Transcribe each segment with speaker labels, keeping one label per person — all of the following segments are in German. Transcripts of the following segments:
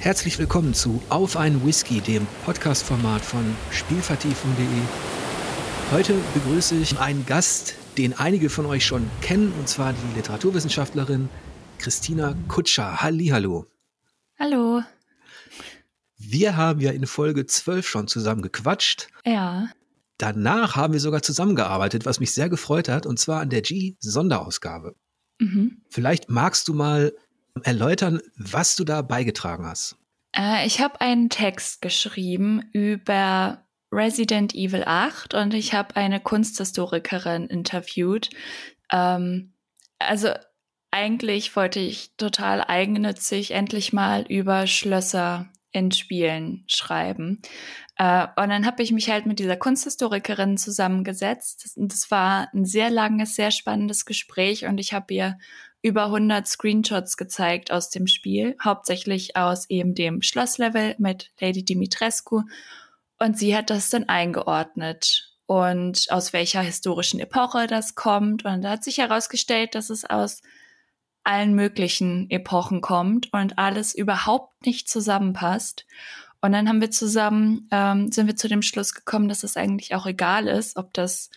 Speaker 1: Herzlich willkommen zu Auf ein Whisky, dem Podcast-Format von Spielvertiefung.de. Heute begrüße ich einen Gast, den einige von euch schon kennen, und zwar die Literaturwissenschaftlerin Christina Kutscher. Hallihallo.
Speaker 2: Hallo.
Speaker 1: Wir haben ja in Folge 12 schon zusammen gequatscht.
Speaker 2: Ja.
Speaker 1: Danach haben wir sogar zusammengearbeitet, was mich sehr gefreut hat, und zwar an der G-Sonderausgabe. Vielleicht magst du mal erläutern, was du da beigetragen hast.
Speaker 2: Ich habe einen Text geschrieben über Resident Evil 8 und ich habe eine Kunsthistorikerin interviewt. Also eigentlich wollte ich total eigennützig endlich mal über Schlösser in Spielen schreiben. Und dann habe ich mich halt mit dieser Kunsthistorikerin zusammengesetzt. Das war ein sehr langes, sehr spannendes Gespräch und ich habe ihr über 100 Screenshots gezeigt aus dem Spiel, hauptsächlich aus eben dem Schlosslevel mit Lady Dimitrescu. Und sie hat das dann eingeordnet und aus welcher historischen Epoche das kommt. Und da hat sich herausgestellt, dass es aus allen möglichen Epochen kommt und alles überhaupt nicht zusammenpasst. Und dann haben wir zusammen, sind wir zu dem Schluss gekommen, dass es eigentlich auch egal ist, ob das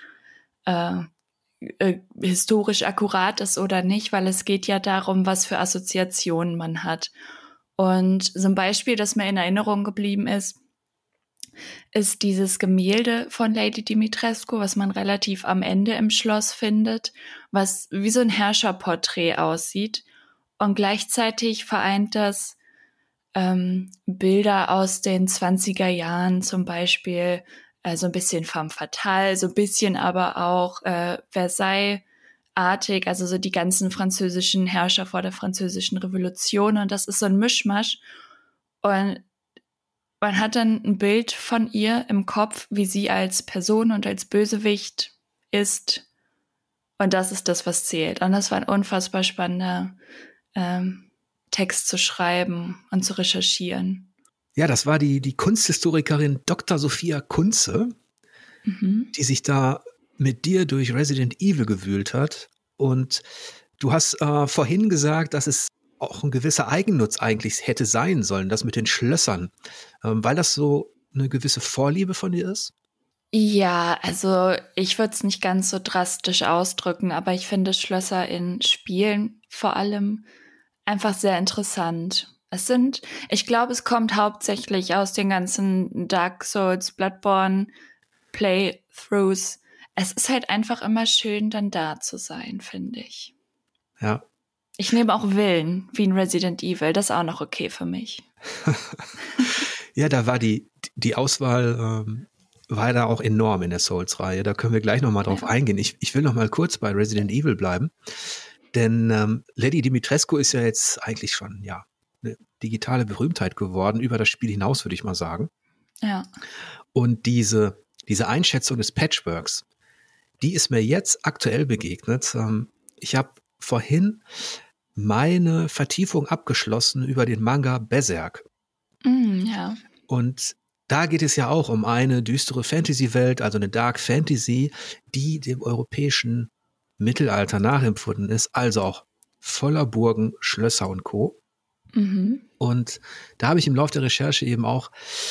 Speaker 2: historisch akkurat ist oder nicht, weil es geht ja darum, was für Assoziationen man hat. Und so ein Beispiel, das mir in Erinnerung geblieben ist dieses Gemälde von Lady Dimitrescu, was man relativ am Ende im Schloss findet, was wie so ein Herrscherporträt aussieht. Und gleichzeitig vereint das Bilder aus den 20er Jahren, zum Beispiel so ein bisschen femme fatale, so ein bisschen aber auch Versailles-artig, also so die ganzen französischen Herrscher vor der französischen Revolution. Und das ist so ein Mischmasch. Und man hat dann ein Bild von ihr im Kopf, wie sie als Person und als Bösewicht ist. Und das ist das, was zählt. Und das war ein unfassbar spannender Text zu schreiben und zu recherchieren.
Speaker 1: Ja, das war die Kunsthistorikerin Dr. Sophia Kunze, die sich da mit dir durch Resident Evil gewühlt hat. Und du hast vorhin gesagt, dass es auch ein gewisser Eigennutz eigentlich hätte sein sollen, das mit den Schlössern, weil das so eine gewisse Vorliebe von dir ist?
Speaker 2: Ja, also ich würde es nicht ganz so drastisch ausdrücken, aber ich finde Schlösser in Spielen vor allem einfach sehr interessant. Ich glaube, es kommt hauptsächlich aus den ganzen Dark Souls, Bloodborne Playthroughs. Es ist halt einfach immer schön, dann da zu sein, finde ich.
Speaker 1: Ja.
Speaker 2: Ich nehme auch Villen, wie in Resident Evil, das ist auch noch okay für mich.
Speaker 1: Ja, da war die Auswahl war da auch enorm in der Souls-Reihe. Da können wir gleich noch mal drauf eingehen. Ich will noch mal kurz bei Resident Evil bleiben, denn Lady Dimitrescu ist ja jetzt eigentlich schon eine digitale Berühmtheit geworden, über das Spiel hinaus, würde ich mal sagen.
Speaker 2: Ja.
Speaker 1: Und diese Einschätzung des Patchworks, die ist mir jetzt aktuell begegnet. Ich habe vorhin meine Vertiefung abgeschlossen über den Manga Berserk.
Speaker 2: Ja.
Speaker 1: Und da geht es ja auch um eine düstere Fantasy-Welt, also eine Dark Fantasy, die dem europäischen Mittelalter nachempfunden ist, also auch voller Burgen, Schlösser und Co. Und da habe ich im Laufe der Recherche eben auch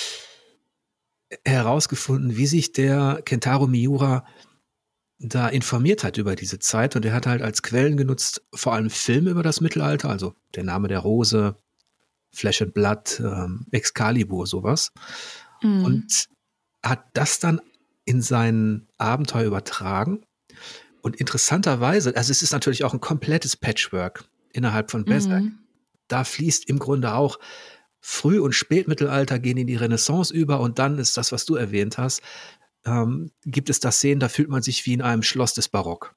Speaker 1: herausgefunden, wie sich der Kentaro Miura da informiert hat über diese Zeit. Und er hat halt als Quellen genutzt, vor allem Filme über das Mittelalter, also Der Name der Rose, Flesh and Blood, Excalibur, sowas. Und hat das dann in sein Abenteuer übertragen. Und interessanterweise, also es ist natürlich auch ein komplettes Patchwork innerhalb von Berserk. Da fließt im Grunde auch Früh- und Spätmittelalter gehen in die Renaissance über und dann ist das, was du erwähnt hast, gibt es da Szenen, da fühlt man sich wie in einem Schloss des Barock.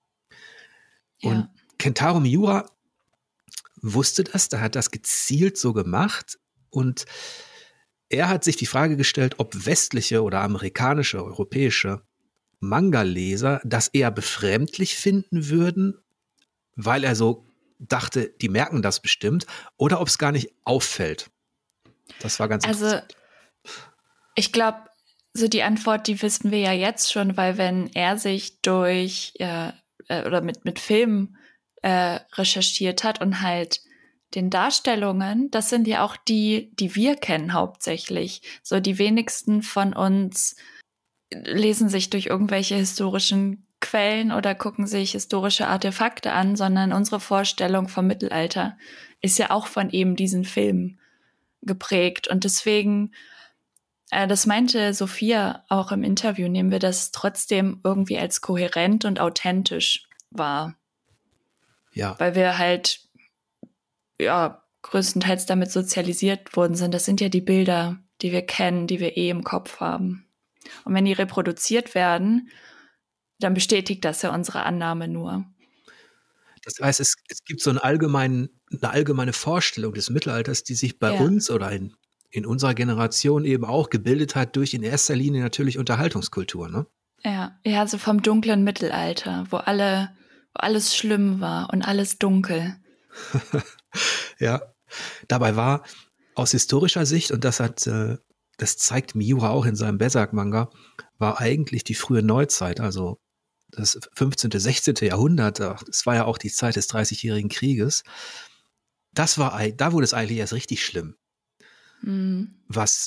Speaker 1: Ja. Und Kentaro Miura wusste das, der hat das gezielt so gemacht und er hat sich die Frage gestellt, ob westliche oder amerikanische, europäische Manga-Leser das eher befremdlich finden würden, weil er so dachte, die merken das bestimmt, oder ob es gar nicht auffällt. Das war ganz interessant.
Speaker 2: Also, ich glaube, so die Antwort, die wissen wir ja jetzt schon, weil wenn er sich durch oder mit Filmen recherchiert hat und halt den Darstellungen, das sind ja auch die wir kennen hauptsächlich. So die wenigsten von uns lesen sich durch irgendwelche historischen Quellen oder gucken sich historische Artefakte an, sondern unsere Vorstellung vom Mittelalter ist ja auch von eben diesen Filmen geprägt. Und deswegen, das meinte Sophia auch im Interview, nehmen wir das trotzdem irgendwie als kohärent und authentisch wahr.
Speaker 1: Ja.
Speaker 2: Weil wir halt, ja, größtenteils damit sozialisiert worden sind. Das sind ja die Bilder, die wir kennen, die wir im Kopf haben. Und wenn die reproduziert werden, dann bestätigt das ja unsere Annahme nur.
Speaker 1: Das heißt, es gibt so eine allgemeine Vorstellung des Mittelalters, die sich bei uns oder in unserer Generation eben auch gebildet hat durch in erster Linie natürlich Unterhaltungskultur, ne?
Speaker 2: Ja, also vom dunklen Mittelalter, wo alles schlimm war und alles dunkel.
Speaker 1: Ja, dabei war aus historischer Sicht, und das zeigt Miura auch in seinem Berserk-Manga, war eigentlich die frühe Neuzeit, also das 15., 16. Jahrhundert, das war ja auch die Zeit des 30-jährigen Krieges, da wurde es eigentlich erst richtig schlimm. Was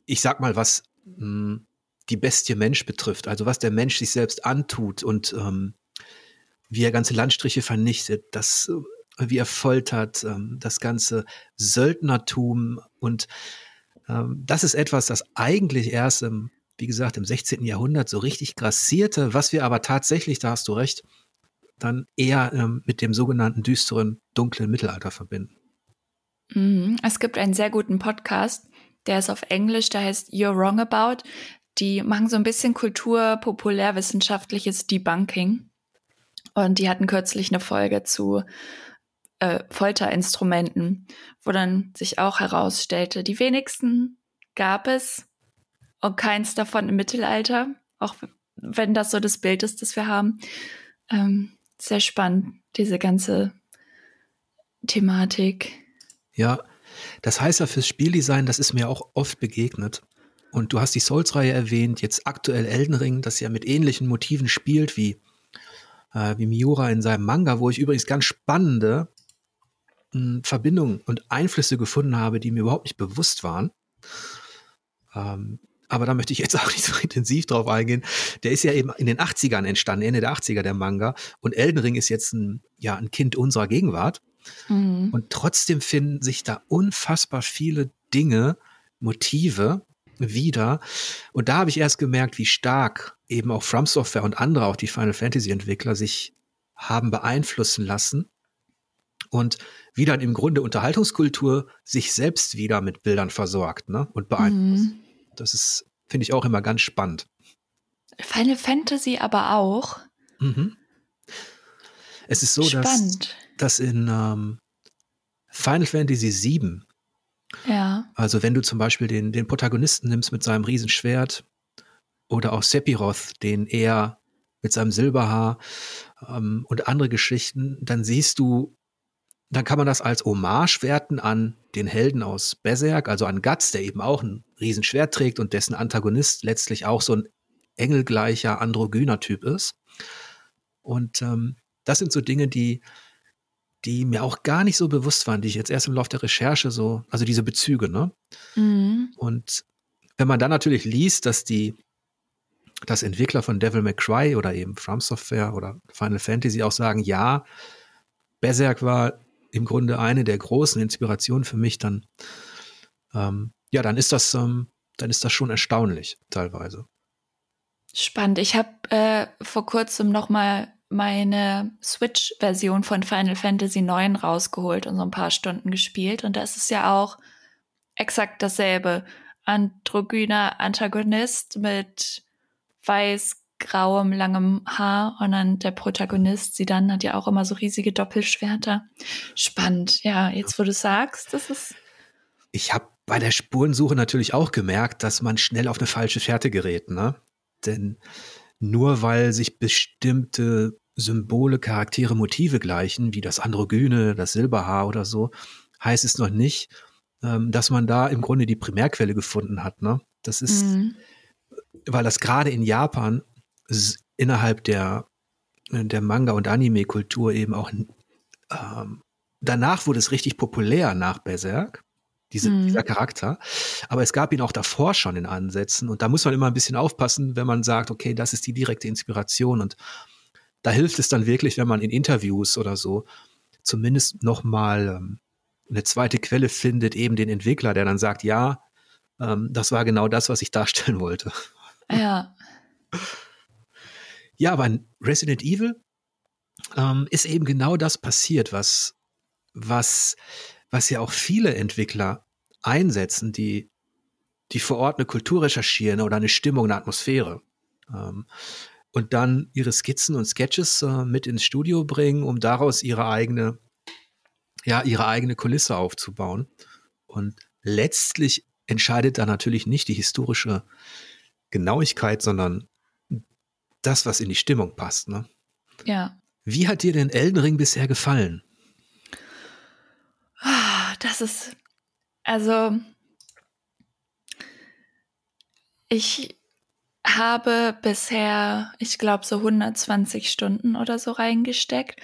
Speaker 1: die Bestie Mensch betrifft, also was der Mensch sich selbst antut und wie er ganze Landstriche vernichtet, wie er foltert, das ganze Söldnertum und das ist etwas, das eigentlich erst wie gesagt, im 16. Jahrhundert so richtig grassierte, was wir aber tatsächlich, da hast du recht, dann eher mit dem sogenannten düsteren, dunklen Mittelalter verbinden.
Speaker 2: Es gibt einen sehr guten Podcast, der ist auf Englisch, der heißt You're Wrong About. Die machen so ein bisschen populärwissenschaftliches Debunking. Und die hatten kürzlich eine Folge zu Folterinstrumenten, wo dann sich auch herausstellte, die wenigsten gab es und keins davon im Mittelalter, auch wenn das so das Bild ist, das wir haben. Sehr spannend, diese ganze Thematik.
Speaker 1: Ja, das heißt ja fürs Spieldesign, das ist mir auch oft begegnet. Und du hast die Souls-Reihe erwähnt, jetzt aktuell Elden Ring, das ja mit ähnlichen Motiven spielt wie Miura in seinem Manga, wo ich übrigens ganz spannende Verbindungen und Einflüsse gefunden habe, die mir überhaupt nicht bewusst waren. Aber da möchte ich jetzt auch nicht so intensiv drauf eingehen. Der ist ja eben in den 80ern entstanden, Ende der 80er der Manga. Und Elden Ring ist jetzt ein Kind unserer Gegenwart. Und trotzdem finden sich da unfassbar viele Dinge, Motive wieder. Und da habe ich erst gemerkt, wie stark eben auch From Software und andere, auch die Final Fantasy Entwickler, sich haben beeinflussen lassen und wie dann im Grunde Unterhaltungskultur sich selbst wieder mit Bildern versorgt, ne? Und beeinflusst. Das ist, finde ich, auch immer ganz spannend.
Speaker 2: Final Fantasy aber auch.
Speaker 1: Es ist so, dass in Final Fantasy VII, also wenn du zum Beispiel den Protagonisten nimmst mit seinem Riesenschwert oder auch Sephiroth, den er mit seinem Silberhaar und andere Geschichten, dann kann man das als Hommage werten an den Helden aus Berserk, also an Guts, der eben auch ein Riesenschwert trägt und dessen Antagonist letztlich auch so ein engelgleicher, androgyner Typ ist. Und das sind so Dinge, die mir auch gar nicht so bewusst waren, die ich jetzt erst im Laufe der Recherche also diese Bezüge, ne? Und wenn man dann natürlich liest, dass Entwickler von Devil May Cry oder eben From Software oder Final Fantasy auch sagen, ja, Berserk war im Grunde eine der großen Inspirationen für mich, dann ist das schon erstaunlich teilweise.
Speaker 2: Spannend. Ich habe vor kurzem noch mal meine Switch-Version von Final Fantasy IX rausgeholt und so ein paar Stunden gespielt. Und da ist es ja auch exakt dasselbe. Androgyner Antagonist mit weiß-grauem, langem Haar und dann der Protagonist, sie dann hat ja auch immer so riesige Doppelschwerter. Spannend. Ja, jetzt wo du sagst, das ist...
Speaker 1: Ich habe bei der Spurensuche natürlich auch gemerkt, dass man schnell auf eine falsche Fährte gerät, ne? Denn nur weil sich bestimmte Symbole, Charaktere, Motive gleichen, wie das Androgyne, das Silberhaar oder so, heißt es noch nicht, dass man da im Grunde die Primärquelle gefunden hat, ne? Das ist, weil das gerade in Japan innerhalb der Manga- und Anime-Kultur eben auch danach wurde es richtig populär nach Berserk, dieser Charakter. Aber es gab ihn auch davor schon in Ansätzen. Und da muss man immer ein bisschen aufpassen, wenn man sagt, okay, das ist die direkte Inspiration. Und da hilft es dann wirklich, wenn man in Interviews oder so zumindest nochmal eine zweite Quelle findet, eben den Entwickler, der dann sagt, ja, das war genau das, was ich darstellen wollte.
Speaker 2: Ja.
Speaker 1: Ja, aber in Resident Evil ist eben genau das passiert, was ja auch viele Entwickler einsetzen, die vor Ort eine Kultur recherchieren oder eine Stimmung, eine Atmosphäre. Und dann ihre Skizzen und Sketches mit ins Studio bringen, um daraus ihre eigene Kulisse aufzubauen. Und letztlich entscheidet da natürlich nicht die historische Genauigkeit, sondern das, was in die Stimmung passt. Ne?
Speaker 2: Ja.
Speaker 1: Wie hat dir denn Elden Ring bisher gefallen?
Speaker 2: Das ist, also, ich habe bisher, ich glaube, so 120 Stunden oder so reingesteckt.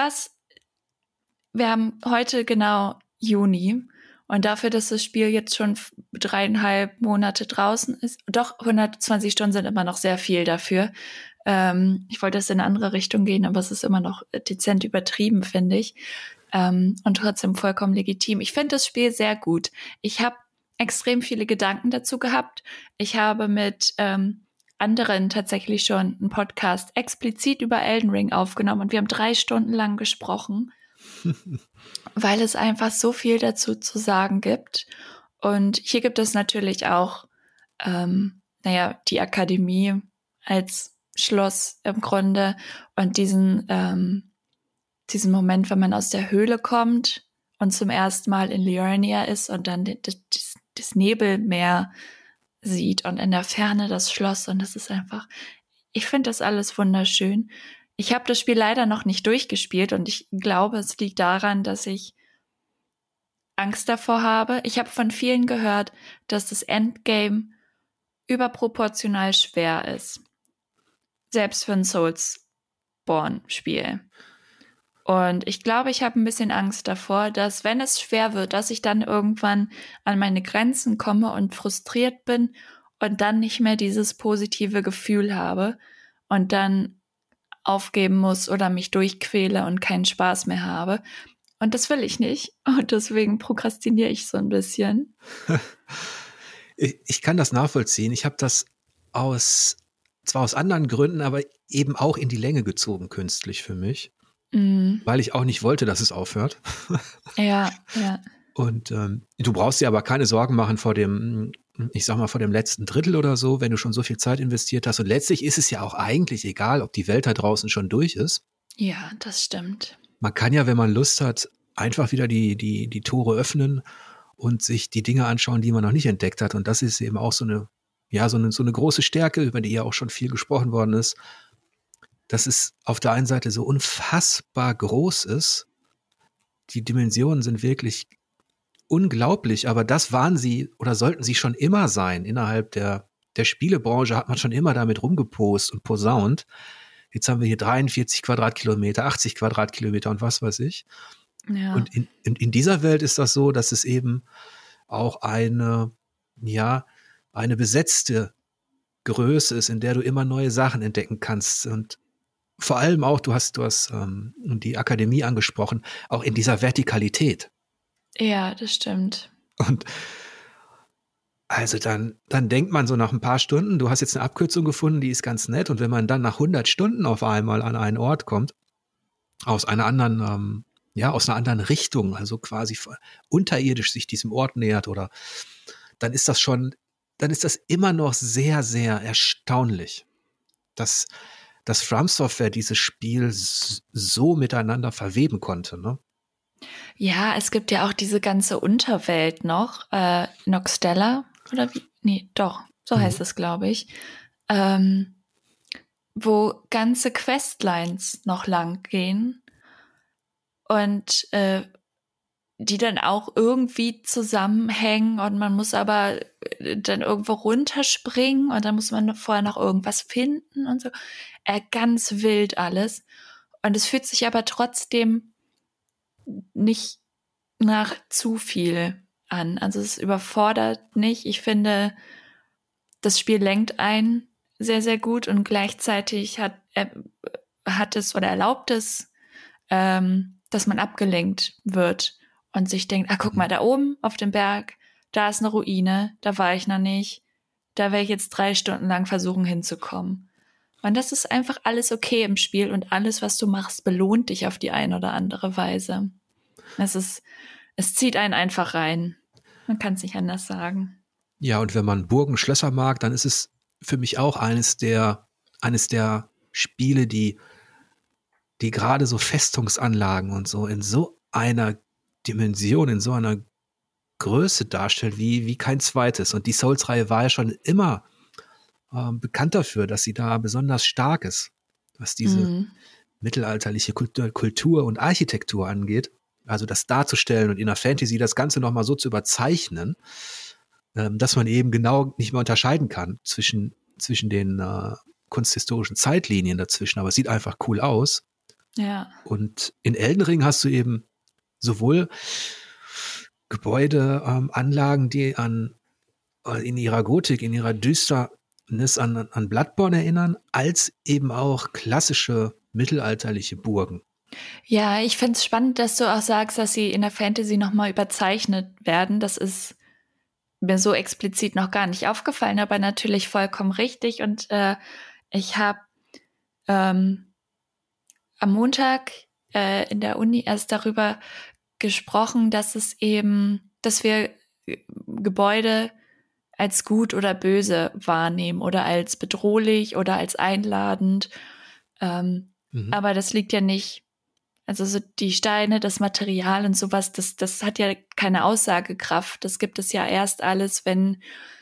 Speaker 2: Wir haben heute genau Juni und dafür, dass das Spiel jetzt schon 3,5 Monate draußen ist, doch 120 Stunden sind immer noch sehr viel dafür. Ich wollte es in eine andere Richtung gehen, aber es ist immer noch dezent übertrieben, finde ich. Und trotzdem vollkommen legitim. Ich finde das Spiel sehr gut. Ich habe extrem viele Gedanken dazu gehabt. Ich habe mit anderen tatsächlich schon einen Podcast explizit über Elden Ring aufgenommen und wir haben 3 Stunden lang gesprochen, weil es einfach so viel dazu zu sagen gibt. Und hier gibt es natürlich auch, die Akademie als Schloss im Grunde und diesen Moment, wenn man aus der Höhle kommt und zum ersten Mal in Liurnia ist und dann das Nebelmeer sieht und in der Ferne das Schloss und das ist einfach, ich finde das alles wunderschön. Ich habe das Spiel leider noch nicht durchgespielt und ich glaube, es liegt daran, dass ich Angst davor habe. Ich habe von vielen gehört, dass das Endgame überproportional schwer ist. Selbst für ein Soulsborne-Spiel. Und ich glaube, ich habe ein bisschen Angst davor, dass, wenn es schwer wird, dass ich dann irgendwann an meine Grenzen komme und frustriert bin und dann nicht mehr dieses positive Gefühl habe und dann aufgeben muss oder mich durchquäle und keinen Spaß mehr habe. Und das will ich nicht. Und deswegen prokrastiniere ich so ein bisschen.
Speaker 1: Ich kann das nachvollziehen. Ich habe das zwar aus anderen Gründen, aber eben auch in die Länge gezogen, künstlich für mich. Weil ich auch nicht wollte, dass es aufhört.
Speaker 2: Ja.
Speaker 1: Und du brauchst dir aber keine Sorgen machen vor dem letzten Drittel oder so, wenn du schon so viel Zeit investiert hast. Und letztlich ist es ja auch eigentlich egal, ob die Welt da draußen schon durch ist.
Speaker 2: Ja, das stimmt.
Speaker 1: Man kann ja, wenn man Lust hat, einfach wieder die Tore öffnen und sich die Dinge anschauen, die man noch nicht entdeckt hat. Und das ist eben auch so eine große Stärke, über die ja auch schon viel gesprochen worden ist, dass es auf der einen Seite so unfassbar groß ist. Die Dimensionen sind wirklich unglaublich, aber das waren sie oder sollten sie schon immer sein. Innerhalb der Spielebranche hat man schon immer damit rumgepost und posaunt. Jetzt haben wir hier 43 Quadratkilometer, 80 Quadratkilometer und was weiß ich.
Speaker 2: Ja.
Speaker 1: Und in dieser Welt ist das so, dass es eben auch eine besetzte Größe ist, in der du immer neue Sachen entdecken kannst. Und vor allem auch, du hast die Akademie angesprochen, auch in dieser Vertikalität.
Speaker 2: Ja, das stimmt.
Speaker 1: Und also dann denkt man so nach ein paar Stunden, du hast jetzt eine Abkürzung gefunden, die ist ganz nett. Und wenn man dann nach 100 Stunden auf einmal an einen Ort kommt, aus einer anderen Richtung, also quasi unterirdisch sich diesem Ort nähert dann ist das immer noch sehr, sehr erstaunlich, dass From Software dieses Spiel so miteinander verweben konnte, ne?
Speaker 2: Ja, es gibt ja auch diese ganze Unterwelt noch, Noxtella, oder wie? Nee, doch, so heißt es, glaube ich, wo ganze Questlines noch lang gehen und die dann auch irgendwie zusammenhängen und man muss aber dann irgendwo runterspringen und dann muss man vorher noch irgendwas finden und so. Ganz wild alles. Und es fühlt sich aber trotzdem nicht nach zu viel an. Also es überfordert nicht. Ich finde, das Spiel lenkt einen sehr, sehr gut und gleichzeitig hat es oder erlaubt es, dass man abgelenkt wird und sich denkt, guck mal, da oben auf dem Berg, da ist eine Ruine, da war ich noch nicht, da werde ich jetzt 3 Stunden lang versuchen hinzukommen. Und das ist einfach alles okay im Spiel und alles, was du machst, belohnt dich auf die eine oder andere Weise. Es zieht einen einfach rein. Man kann es nicht anders sagen.
Speaker 1: Ja, und wenn man Burgen, Schlösser mag, dann ist es für mich auch eines der Spiele, die gerade so Festungsanlagen und so in so einer Dimension, in so einer Größe darstellt, wie kein zweites. Und die Souls-Reihe war ja schon immer bekannt dafür, dass sie da besonders stark ist, was diese mittelalterliche Kultur und Architektur angeht. Also das darzustellen und in der Fantasy das Ganze nochmal so zu überzeichnen, dass man eben genau nicht mehr unterscheiden kann zwischen den kunsthistorischen Zeitlinien dazwischen. Aber es sieht einfach cool aus.
Speaker 2: Ja.
Speaker 1: Und in Elden Ring hast du eben sowohl Gebäude, Anlagen, die in ihrer Gotik, in ihrer Düsternis an Bloodborne erinnern, als eben auch klassische mittelalterliche Burgen.
Speaker 2: Ja, ich finde es spannend, dass du auch sagst, dass sie in der Fantasy nochmal überzeichnet werden. Das ist mir so explizit noch gar nicht aufgefallen, aber natürlich vollkommen richtig. Und ich habe am Montag in der Uni erst darüber gesprochen, dass wir Gebäude als gut oder böse wahrnehmen oder als bedrohlich oder als einladend. Aber das liegt ja nicht, also so die Steine, das Material und sowas, das hat ja keine Aussagekraft. Das gibt es ja erst alles, wenn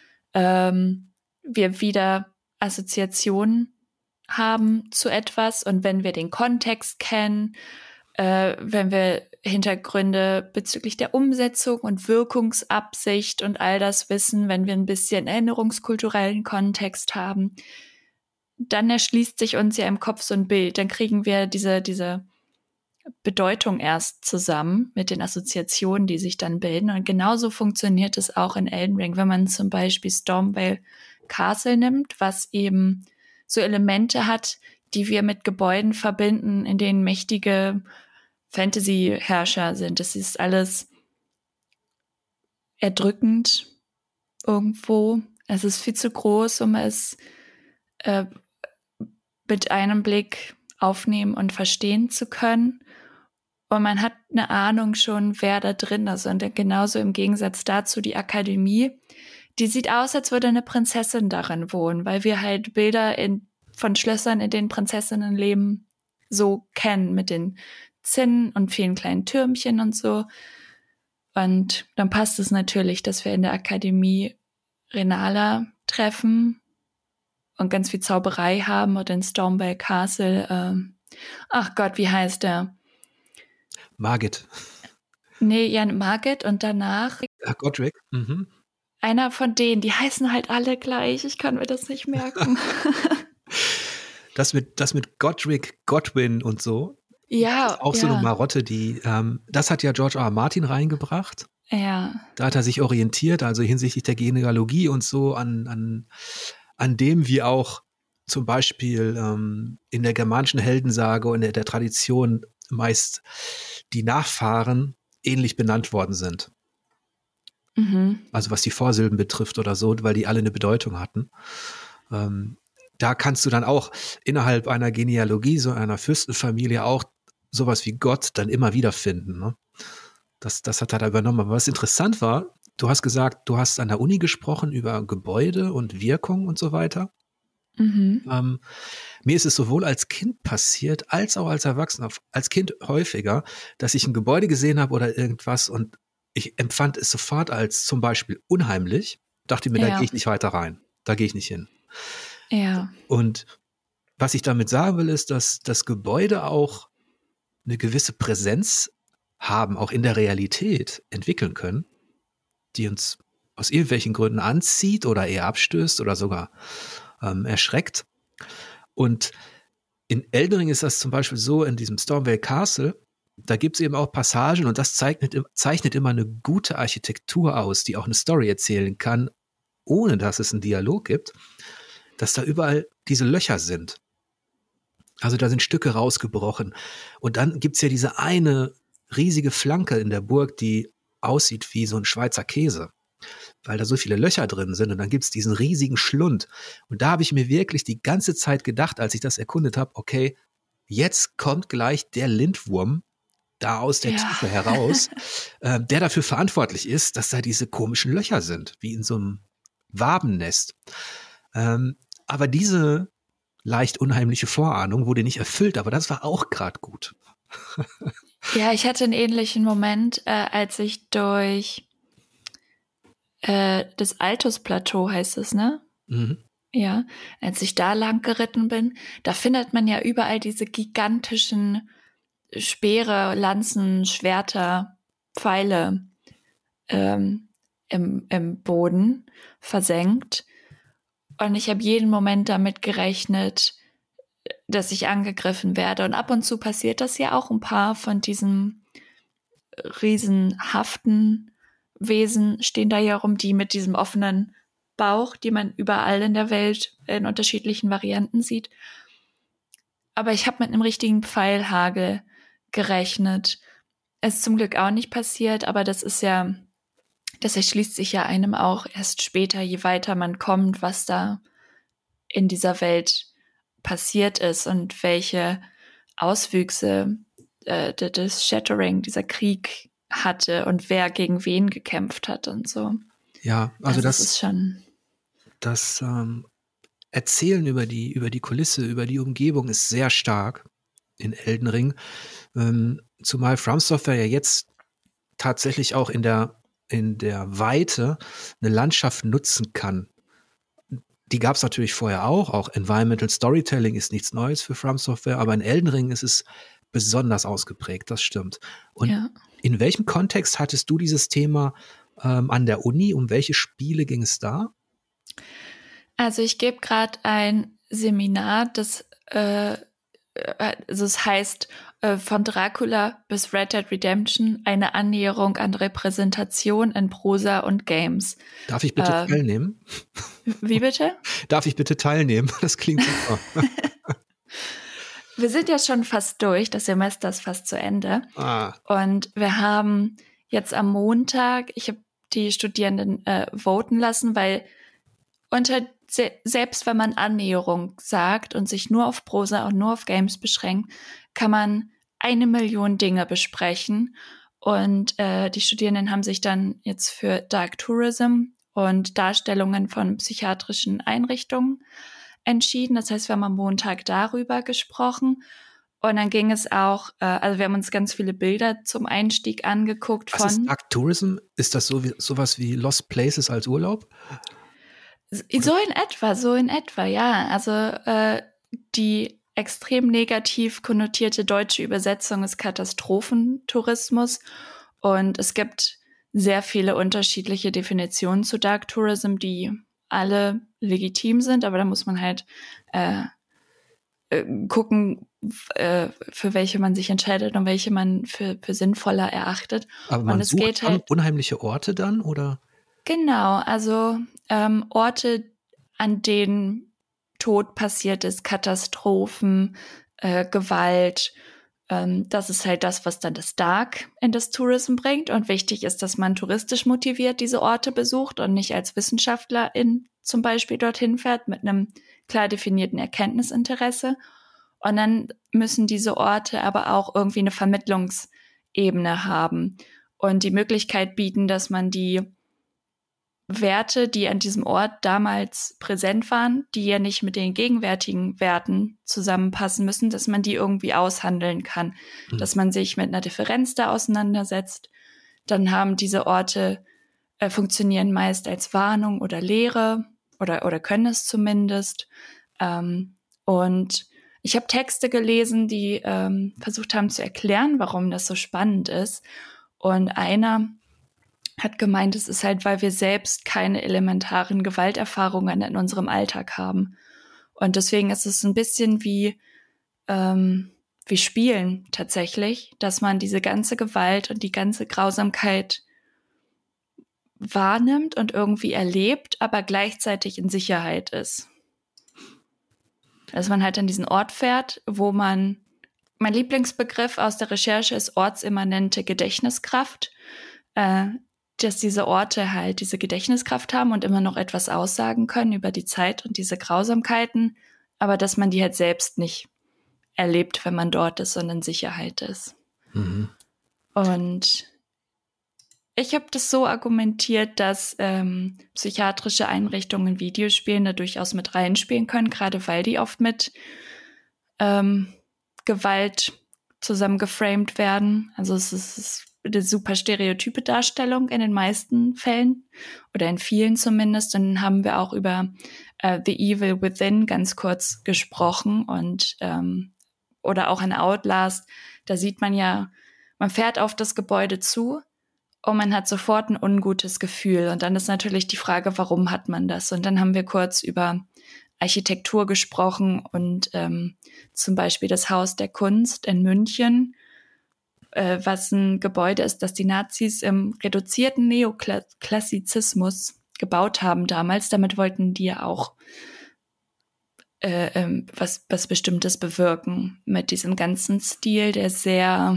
Speaker 2: wir wieder Assoziationen haben zu etwas und wenn wir den Kontext kennen, wenn wir Hintergründe bezüglich der Umsetzung und Wirkungsabsicht und all das wissen, wenn wir ein bisschen erinnerungskulturellen Kontext haben, dann erschließt sich uns ja im Kopf so ein Bild. Dann kriegen wir diese Bedeutung erst zusammen mit den Assoziationen, die sich dann bilden. Und genauso funktioniert es auch in Elden Ring, wenn man zum Beispiel Stormveil Castle nimmt, was eben so Elemente hat, die wir mit Gebäuden verbinden, in denen mächtige Fantasy-Herrscher sind. Das ist alles erdrückend irgendwo. Es ist viel zu groß, um es mit einem Blick aufnehmen und verstehen zu können. Und man hat eine Ahnung schon, wer da drin ist. Und genauso im Gegensatz dazu die Akademie, die sieht aus, als würde eine Prinzessin darin wohnen, weil wir halt Bilder von Schlössern, in denen Prinzessinnen leben, so kennen, mit den Zinnen und vielen kleinen Türmchen und so. Und dann passt es natürlich, dass wir in der Akademie Renala treffen und ganz viel Zauberei haben oder in Stormveil Castle. Ach Gott, wie heißt der?
Speaker 1: Margit.
Speaker 2: Nee, ja, Margit und danach
Speaker 1: Godric. Mhm.
Speaker 2: Einer von denen, die heißen halt alle gleich. Ich kann mir das nicht merken.
Speaker 1: Das mit Godric, Godwin und so.
Speaker 2: Ja.
Speaker 1: Das ist auch so eine Marotte, das hat ja George R. R. Martin reingebracht.
Speaker 2: Ja.
Speaker 1: Da hat er sich orientiert, also hinsichtlich der Genealogie und so an dem, wie auch zum Beispiel in der germanischen Heldensage und der Tradition meist die Nachfahren ähnlich benannt worden sind.
Speaker 2: Mhm.
Speaker 1: Also was die Vorsilben betrifft oder so, weil die alle eine Bedeutung hatten. Da kannst du dann auch innerhalb einer Genealogie, so einer Fürstenfamilie auch sowas wie Gott dann immer wieder finden. Ne? Das hat er da übernommen. Aber was interessant war, du hast gesagt, du hast an der Uni gesprochen über Gebäude und Wirkung und so weiter.
Speaker 2: Mhm.
Speaker 1: Mir ist es sowohl als Kind passiert, als auch als Erwachsener, als Kind häufiger, dass ich ein Gebäude gesehen habe oder irgendwas und ich empfand es sofort als zum Beispiel unheimlich, dachte mir, da gehe ich nicht weiter rein, da gehe ich nicht hin.
Speaker 2: Ja.
Speaker 1: Und was ich damit sagen will, ist, dass das Gebäude auch eine gewisse Präsenz haben, auch in der Realität entwickeln können, die uns aus irgendwelchen Gründen anzieht oder eher abstößt oder sogar erschreckt. Und in Elden Ring ist das zum Beispiel so, in diesem Stormveil Castle, da gibt es eben auch Passagen und das zeichnet immer eine gute Architektur aus, die auch eine Story erzählen kann, ohne dass es einen Dialog gibt, dass da überall diese Löcher sind. Also da sind Stücke rausgebrochen. Und dann gibt es ja diese eine riesige Flanke in der Burg, die aussieht wie so ein Schweizer Käse, weil da so viele Löcher drin sind. Und dann gibt es diesen riesigen Schlund. Und da habe ich mir wirklich die ganze Zeit gedacht, als ich das erkundet habe, okay, jetzt kommt gleich der Lindwurm da aus der Tiefe heraus, der dafür verantwortlich ist, dass da diese komischen Löcher sind, wie in so einem Wabennest. Aber diese leicht unheimliche Vorahnung wurde nicht erfüllt, aber das war auch gerade gut.
Speaker 2: Ja, ich hatte einen ähnlichen Moment, als ich durch das Altus-Plateau heißt es, ne?
Speaker 1: Mhm.
Speaker 2: Ja, als ich da lang geritten bin, da findet man ja überall diese gigantischen Speere, Lanzen, Schwerter, Pfeile im Boden versenkt. Und ich habe jeden Moment damit gerechnet, dass ich angegriffen werde. Und ab und zu passiert das ja auch. Ein paar von diesen riesenhaften Wesen stehen da ja rum, die mit diesem offenen Bauch, die man überall in der Welt in unterschiedlichen Varianten sieht. Aber ich habe mit einem richtigen Pfeilhagel gerechnet. Es ist zum Glück auch nicht passiert, aber das erschließt sich ja einem auch erst später, je weiter man kommt, was da in dieser Welt passiert ist und welche Auswüchse das Shattering, dieser Krieg hatte und wer gegen wen gekämpft hat und so.
Speaker 1: Ja, also das
Speaker 2: ist schon.
Speaker 1: Das Erzählen über die Kulisse, über die Umgebung ist sehr stark in Elden Ring. Zumal From Software ja jetzt tatsächlich auch in der Weite eine Landschaft nutzen kann. Die gab es natürlich vorher auch Environmental Storytelling ist nichts Neues für From Software, aber in Elden Ring ist es besonders ausgeprägt, das stimmt. Und in welchem Kontext hattest du dieses Thema an der Uni? Um welche Spiele ging es da?
Speaker 2: Also ich gebe gerade ein Seminar, das es heißt von Dracula bis Red Dead Redemption, eine Annäherung an Repräsentation in Prosa und Games.
Speaker 1: Darf ich bitte teilnehmen?
Speaker 2: Wie bitte?
Speaker 1: Darf ich bitte teilnehmen? Das klingt super.
Speaker 2: Wir sind ja schon fast durch, das Semester ist fast zu Ende. Und wir haben jetzt am Montag, ich habe die Studierenden voten lassen, weil selbst wenn man Annäherung sagt und sich nur auf Prosa und nur auf Games beschränkt, kann man 1 Million Dinge besprechen. Und die Studierenden haben sich dann jetzt für Dark Tourism und Darstellungen von psychiatrischen Einrichtungen entschieden. Das heißt, wir haben am Montag darüber gesprochen. Und dann ging es auch, also wir haben uns ganz viele Bilder zum Einstieg angeguckt.
Speaker 1: Was ist Dark Tourism? Ist das sowas wie Lost Places als Urlaub?
Speaker 2: So in etwa, ja. Also die extrem negativ konnotierte deutsche Übersetzung ist Katastrophentourismus. Und es gibt sehr viele unterschiedliche Definitionen zu Dark Tourism, die alle legitim sind, aber da muss man halt gucken, für welche man sich entscheidet und welche man für sinnvoller erachtet.
Speaker 1: Aber man sucht halt unheimliche Orte dann, oder? Genau,
Speaker 2: also Orte, an denen Tod passiert ist, Katastrophen, Gewalt. Das ist halt das, was dann das Dark in das Tourism bringt. Und wichtig ist, dass man touristisch motiviert diese Orte besucht und nicht als Wissenschaftlerin zum Beispiel dorthin fährt mit einem klar definierten Erkenntnisinteresse. Und dann müssen diese Orte aber auch irgendwie eine Vermittlungsebene haben und die Möglichkeit bieten, dass man die Werte, die an diesem Ort damals präsent waren, die ja nicht mit den gegenwärtigen Werten zusammenpassen müssen, dass man die irgendwie aushandeln kann, dass man sich mit einer Differenz da auseinandersetzt. Dann haben diese Orte funktionieren meist als Warnung oder Lehre oder können es zumindest. Und ich habe Texte gelesen, die versucht haben zu erklären, warum das so spannend ist. Und einer hat gemeint, es ist halt, weil wir selbst keine elementaren Gewalterfahrungen in unserem Alltag haben. Und deswegen ist es ein bisschen wie wie Spielen tatsächlich, dass man diese ganze Gewalt und die ganze Grausamkeit wahrnimmt und irgendwie erlebt, aber gleichzeitig in Sicherheit ist. Dass man halt an diesen Ort fährt, wo mein Lieblingsbegriff aus der Recherche ist ortsimmanente Gedächtniskraft, dass diese Orte halt diese Gedächtniskraft haben und immer noch etwas aussagen können über die Zeit und diese Grausamkeiten, aber dass man die halt selbst nicht erlebt, wenn man dort ist und in Sicherheit ist. Mhm. Und ich habe das so argumentiert, dass psychiatrische Einrichtungen in Videospielen da durchaus mit reinspielen können, gerade weil die oft mit Gewalt zusammen geframed werden. Also es ist eine super stereotype Darstellung in den meisten Fällen oder in vielen zumindest. Dann haben wir auch über The Evil Within ganz kurz gesprochen und oder auch in Outlast. Da sieht man ja, man fährt auf das Gebäude zu und man hat sofort ein ungutes Gefühl. Und dann ist natürlich die Frage, warum hat man das? Und dann haben wir kurz über Architektur gesprochen und zum Beispiel das Haus der Kunst in München, was ein Gebäude ist, das die Nazis im reduzierten Neoklassizismus gebaut haben damals. Damit wollten die ja auch was Bestimmtes bewirken mit diesem ganzen Stil, der sehr,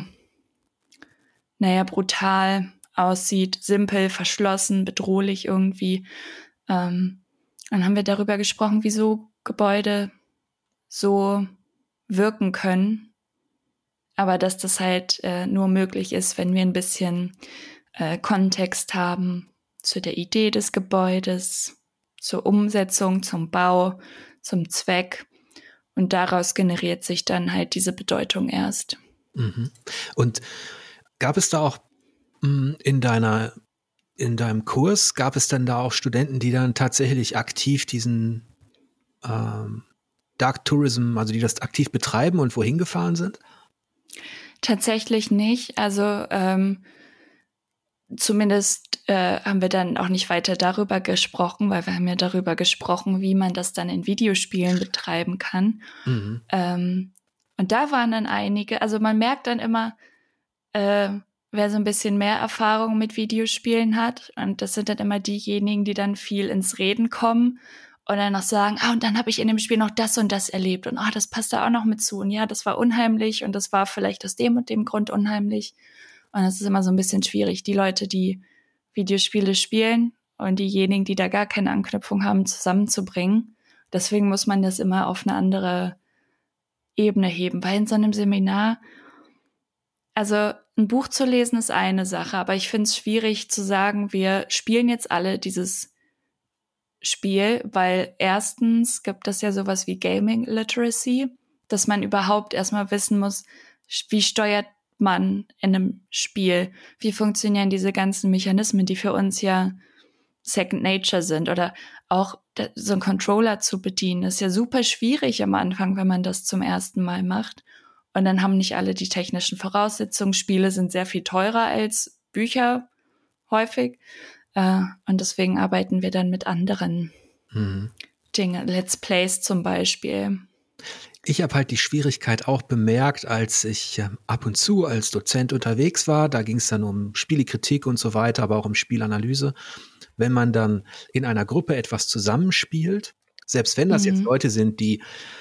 Speaker 2: brutal aussieht, simpel, verschlossen, bedrohlich irgendwie. Dann haben wir darüber gesprochen, wieso Gebäude so wirken können, aber dass das halt nur möglich ist, wenn wir ein bisschen Kontext haben zu der Idee des Gebäudes, zur Umsetzung, zum Bau, zum Zweck. Und daraus generiert sich dann halt diese Bedeutung erst.
Speaker 1: Mhm. Und gab es da auch in deinem Kurs, gab es dann da auch Studenten, die dann tatsächlich aktiv diesen Dark Tourism, also die das aktiv betreiben und wohin gefahren sind?
Speaker 2: Tatsächlich nicht. Also zumindest haben wir dann auch nicht weiter darüber gesprochen, weil wir haben ja darüber gesprochen, wie man das dann in Videospielen betreiben kann. Mhm. Und da waren dann einige, also man merkt dann immer, wer so ein bisschen mehr Erfahrung mit Videospielen hat. Und das sind dann immer diejenigen, die dann viel ins Reden kommen und dann noch sagen, und dann habe ich in dem Spiel noch das und das erlebt. Und das passt da auch noch mit zu. Und ja, das war unheimlich und das war vielleicht aus dem und dem Grund unheimlich. Und das ist immer so ein bisschen schwierig, die Leute, die Videospiele spielen und diejenigen, die da gar keine Anknüpfung haben, zusammenzubringen. Deswegen muss man das immer auf eine andere Ebene heben. Weil in so einem Seminar, also ein Buch zu lesen ist eine Sache, aber ich finde es schwierig zu sagen, wir spielen jetzt alle dieses Spiel, weil erstens gibt es ja sowas wie Gaming Literacy, dass man überhaupt erstmal wissen muss, wie steuert man in einem Spiel, wie funktionieren diese ganzen Mechanismen, die für uns ja Second Nature sind, oder auch so einen Controller zu bedienen, ist ja super schwierig am Anfang, wenn man das zum ersten Mal macht. Und dann haben nicht alle die technischen Voraussetzungen. Spiele sind sehr viel teurer als Bücher häufig. Und deswegen arbeiten wir dann mit anderen Dingen. Let's Plays zum Beispiel.
Speaker 1: Ich habe halt die Schwierigkeit auch bemerkt, als ich ab und zu als Dozent unterwegs war. Da ging es dann um Spielekritik und so weiter, aber auch um Spielanalyse. Wenn man dann in einer Gruppe etwas zusammenspielt, selbst wenn das jetzt Leute sind, die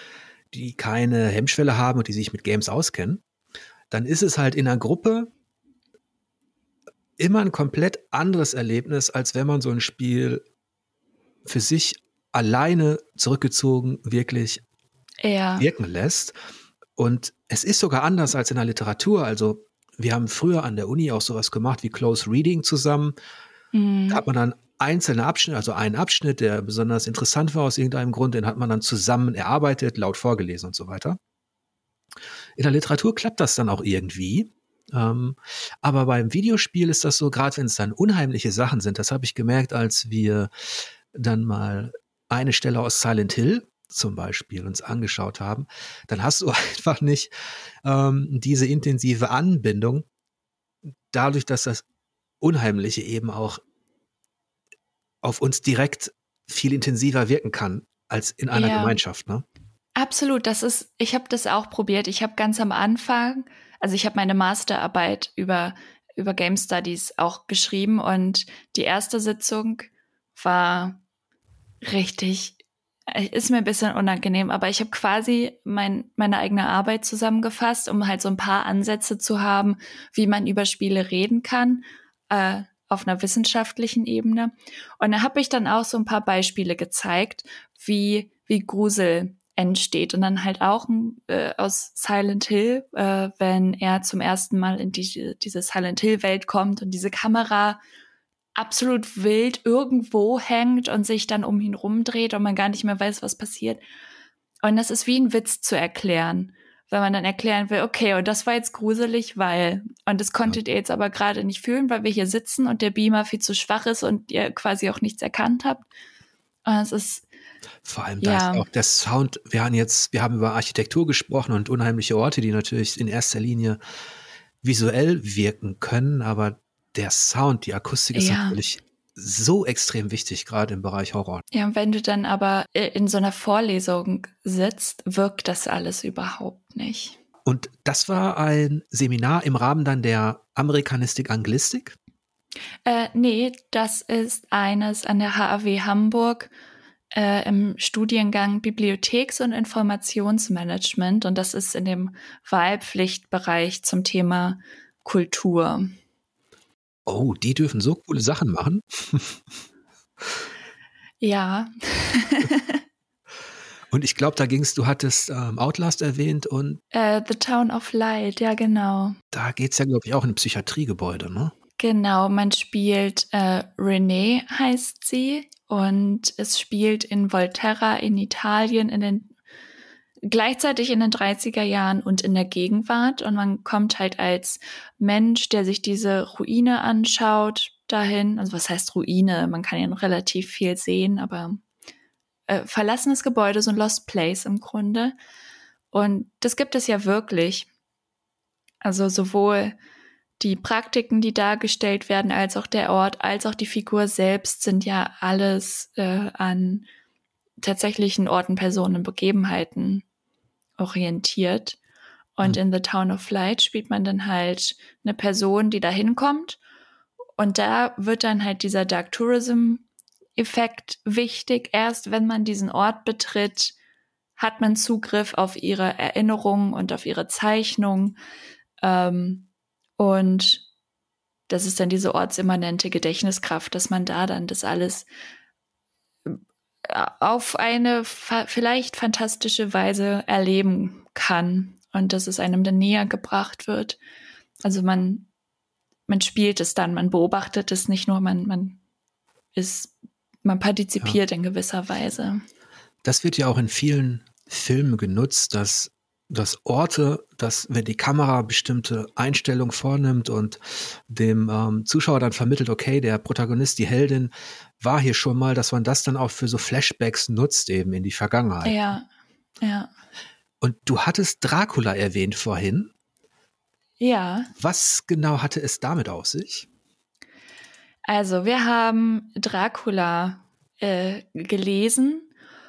Speaker 1: keine Hemmschwelle haben und die sich mit Games auskennen, dann ist es halt in einer Gruppe immer ein komplett anderes Erlebnis, als wenn man so ein Spiel für sich alleine zurückgezogen wirklich wirken lässt. Und es ist sogar anders als in der Literatur. Also wir haben früher an der Uni auch sowas gemacht wie Close Reading zusammen. Da hat man dann einzelne Abschnitte, also einen Abschnitt, der besonders interessant war aus irgendeinem Grund, den hat man dann zusammen erarbeitet, laut vorgelesen und so weiter. In der Literatur klappt das dann auch irgendwie. Aber beim Videospiel ist das so, gerade wenn es dann unheimliche Sachen sind, das habe ich gemerkt, als wir dann mal eine Stelle aus Silent Hill zum Beispiel uns angeschaut haben, dann hast du einfach nicht diese intensive Anbindung, dadurch, dass das Unheimliche eben auch auf uns direkt viel intensiver wirken kann als in einer Gemeinschaft, ne?
Speaker 2: Absolut, ich habe das auch probiert. Ich habe ganz am Anfang, also ich habe meine Masterarbeit über Game Studies auch geschrieben und die erste Sitzung war richtig, ist mir ein bisschen unangenehm, aber ich habe quasi meine eigene Arbeit zusammengefasst, um halt so ein paar Ansätze zu haben, wie man über Spiele reden kann, auf einer wissenschaftlichen Ebene. Und da habe ich dann auch so ein paar Beispiele gezeigt, wie Grusel entsteht. Und dann halt auch aus Silent Hill, wenn er zum ersten Mal in diese Silent Hill-Welt kommt und diese Kamera absolut wild irgendwo hängt und sich dann um ihn rumdreht und man gar nicht mehr weiß, was passiert. Und das ist wie ein Witz zu erklären, wenn man dann erklären will, okay, und das war jetzt gruselig, weil, und das konntet ihr jetzt aber gerade nicht fühlen, weil wir hier sitzen und der Beamer viel zu schwach ist und ihr quasi auch nichts erkannt habt. Und es ist,
Speaker 1: vor allem, da ist auch der Sound, wir haben über Architektur gesprochen und unheimliche Orte, die natürlich in erster Linie visuell wirken können, aber der Sound, die Akustik ist natürlich so extrem wichtig, gerade im Bereich Horror.
Speaker 2: Ja, und wenn du dann aber in so einer Vorlesung sitzt, wirkt das alles überhaupt nicht.
Speaker 1: Und das war ein Seminar im Rahmen dann der Amerikanistik Anglistik?
Speaker 2: Nee, das ist eines an der HAW Hamburg im Studiengang Bibliotheks- und Informationsmanagement. Und das ist in dem Wahlpflichtbereich zum Thema Kultur.
Speaker 1: Oh, die dürfen so coole Sachen machen.
Speaker 2: Ja.
Speaker 1: Und ich glaube, du hattest Outlast erwähnt und
Speaker 2: The Town of Light, ja genau.
Speaker 1: Da geht es ja, glaube ich, auch in ein Psychiatriegebäude, ne?
Speaker 2: Genau, man spielt Renée heißt sie und es spielt in Volterra in Italien gleichzeitig in den 30er Jahren und in der Gegenwart und man kommt halt als Mensch, der sich diese Ruine anschaut, dahin. Also was heißt Ruine? Man kann ja noch relativ viel sehen, aber verlassenes Gebäude, so ein Lost Place im Grunde. Und das gibt es ja wirklich. Also sowohl die Praktiken, die dargestellt werden, als auch der Ort, als auch die Figur selbst sind ja alles an tatsächlichen Orten, Personen, Begebenheiten orientiert. Und in The Town of Light spielt man dann halt eine Person, die da hinkommt. Und da wird dann halt dieser Dark Tourism-Effekt wichtig. Erst wenn man diesen Ort betritt, hat man Zugriff auf ihre Erinnerungen und auf ihre Zeichnungen. Und das ist dann diese ortsimmanente Gedächtniskraft, dass man da dann das alles auf eine vielleicht fantastische Weise erleben kann und dass es einem dann näher gebracht wird. Also man spielt es dann, man beobachtet es nicht nur, man partizipiert in gewisser Weise.
Speaker 1: Das wird ja auch in vielen Filmen genutzt, dass wenn die Kamera bestimmte Einstellungen vornimmt und dem Zuschauer dann vermittelt, okay, der Protagonist, die Heldin, war hier schon mal, dass man das dann auch für so Flashbacks nutzt, eben in die Vergangenheit.
Speaker 2: Ja.
Speaker 1: Und du hattest Dracula erwähnt vorhin.
Speaker 2: Ja.
Speaker 1: Was genau hatte es damit auf sich?
Speaker 2: Also, wir haben Dracula gelesen.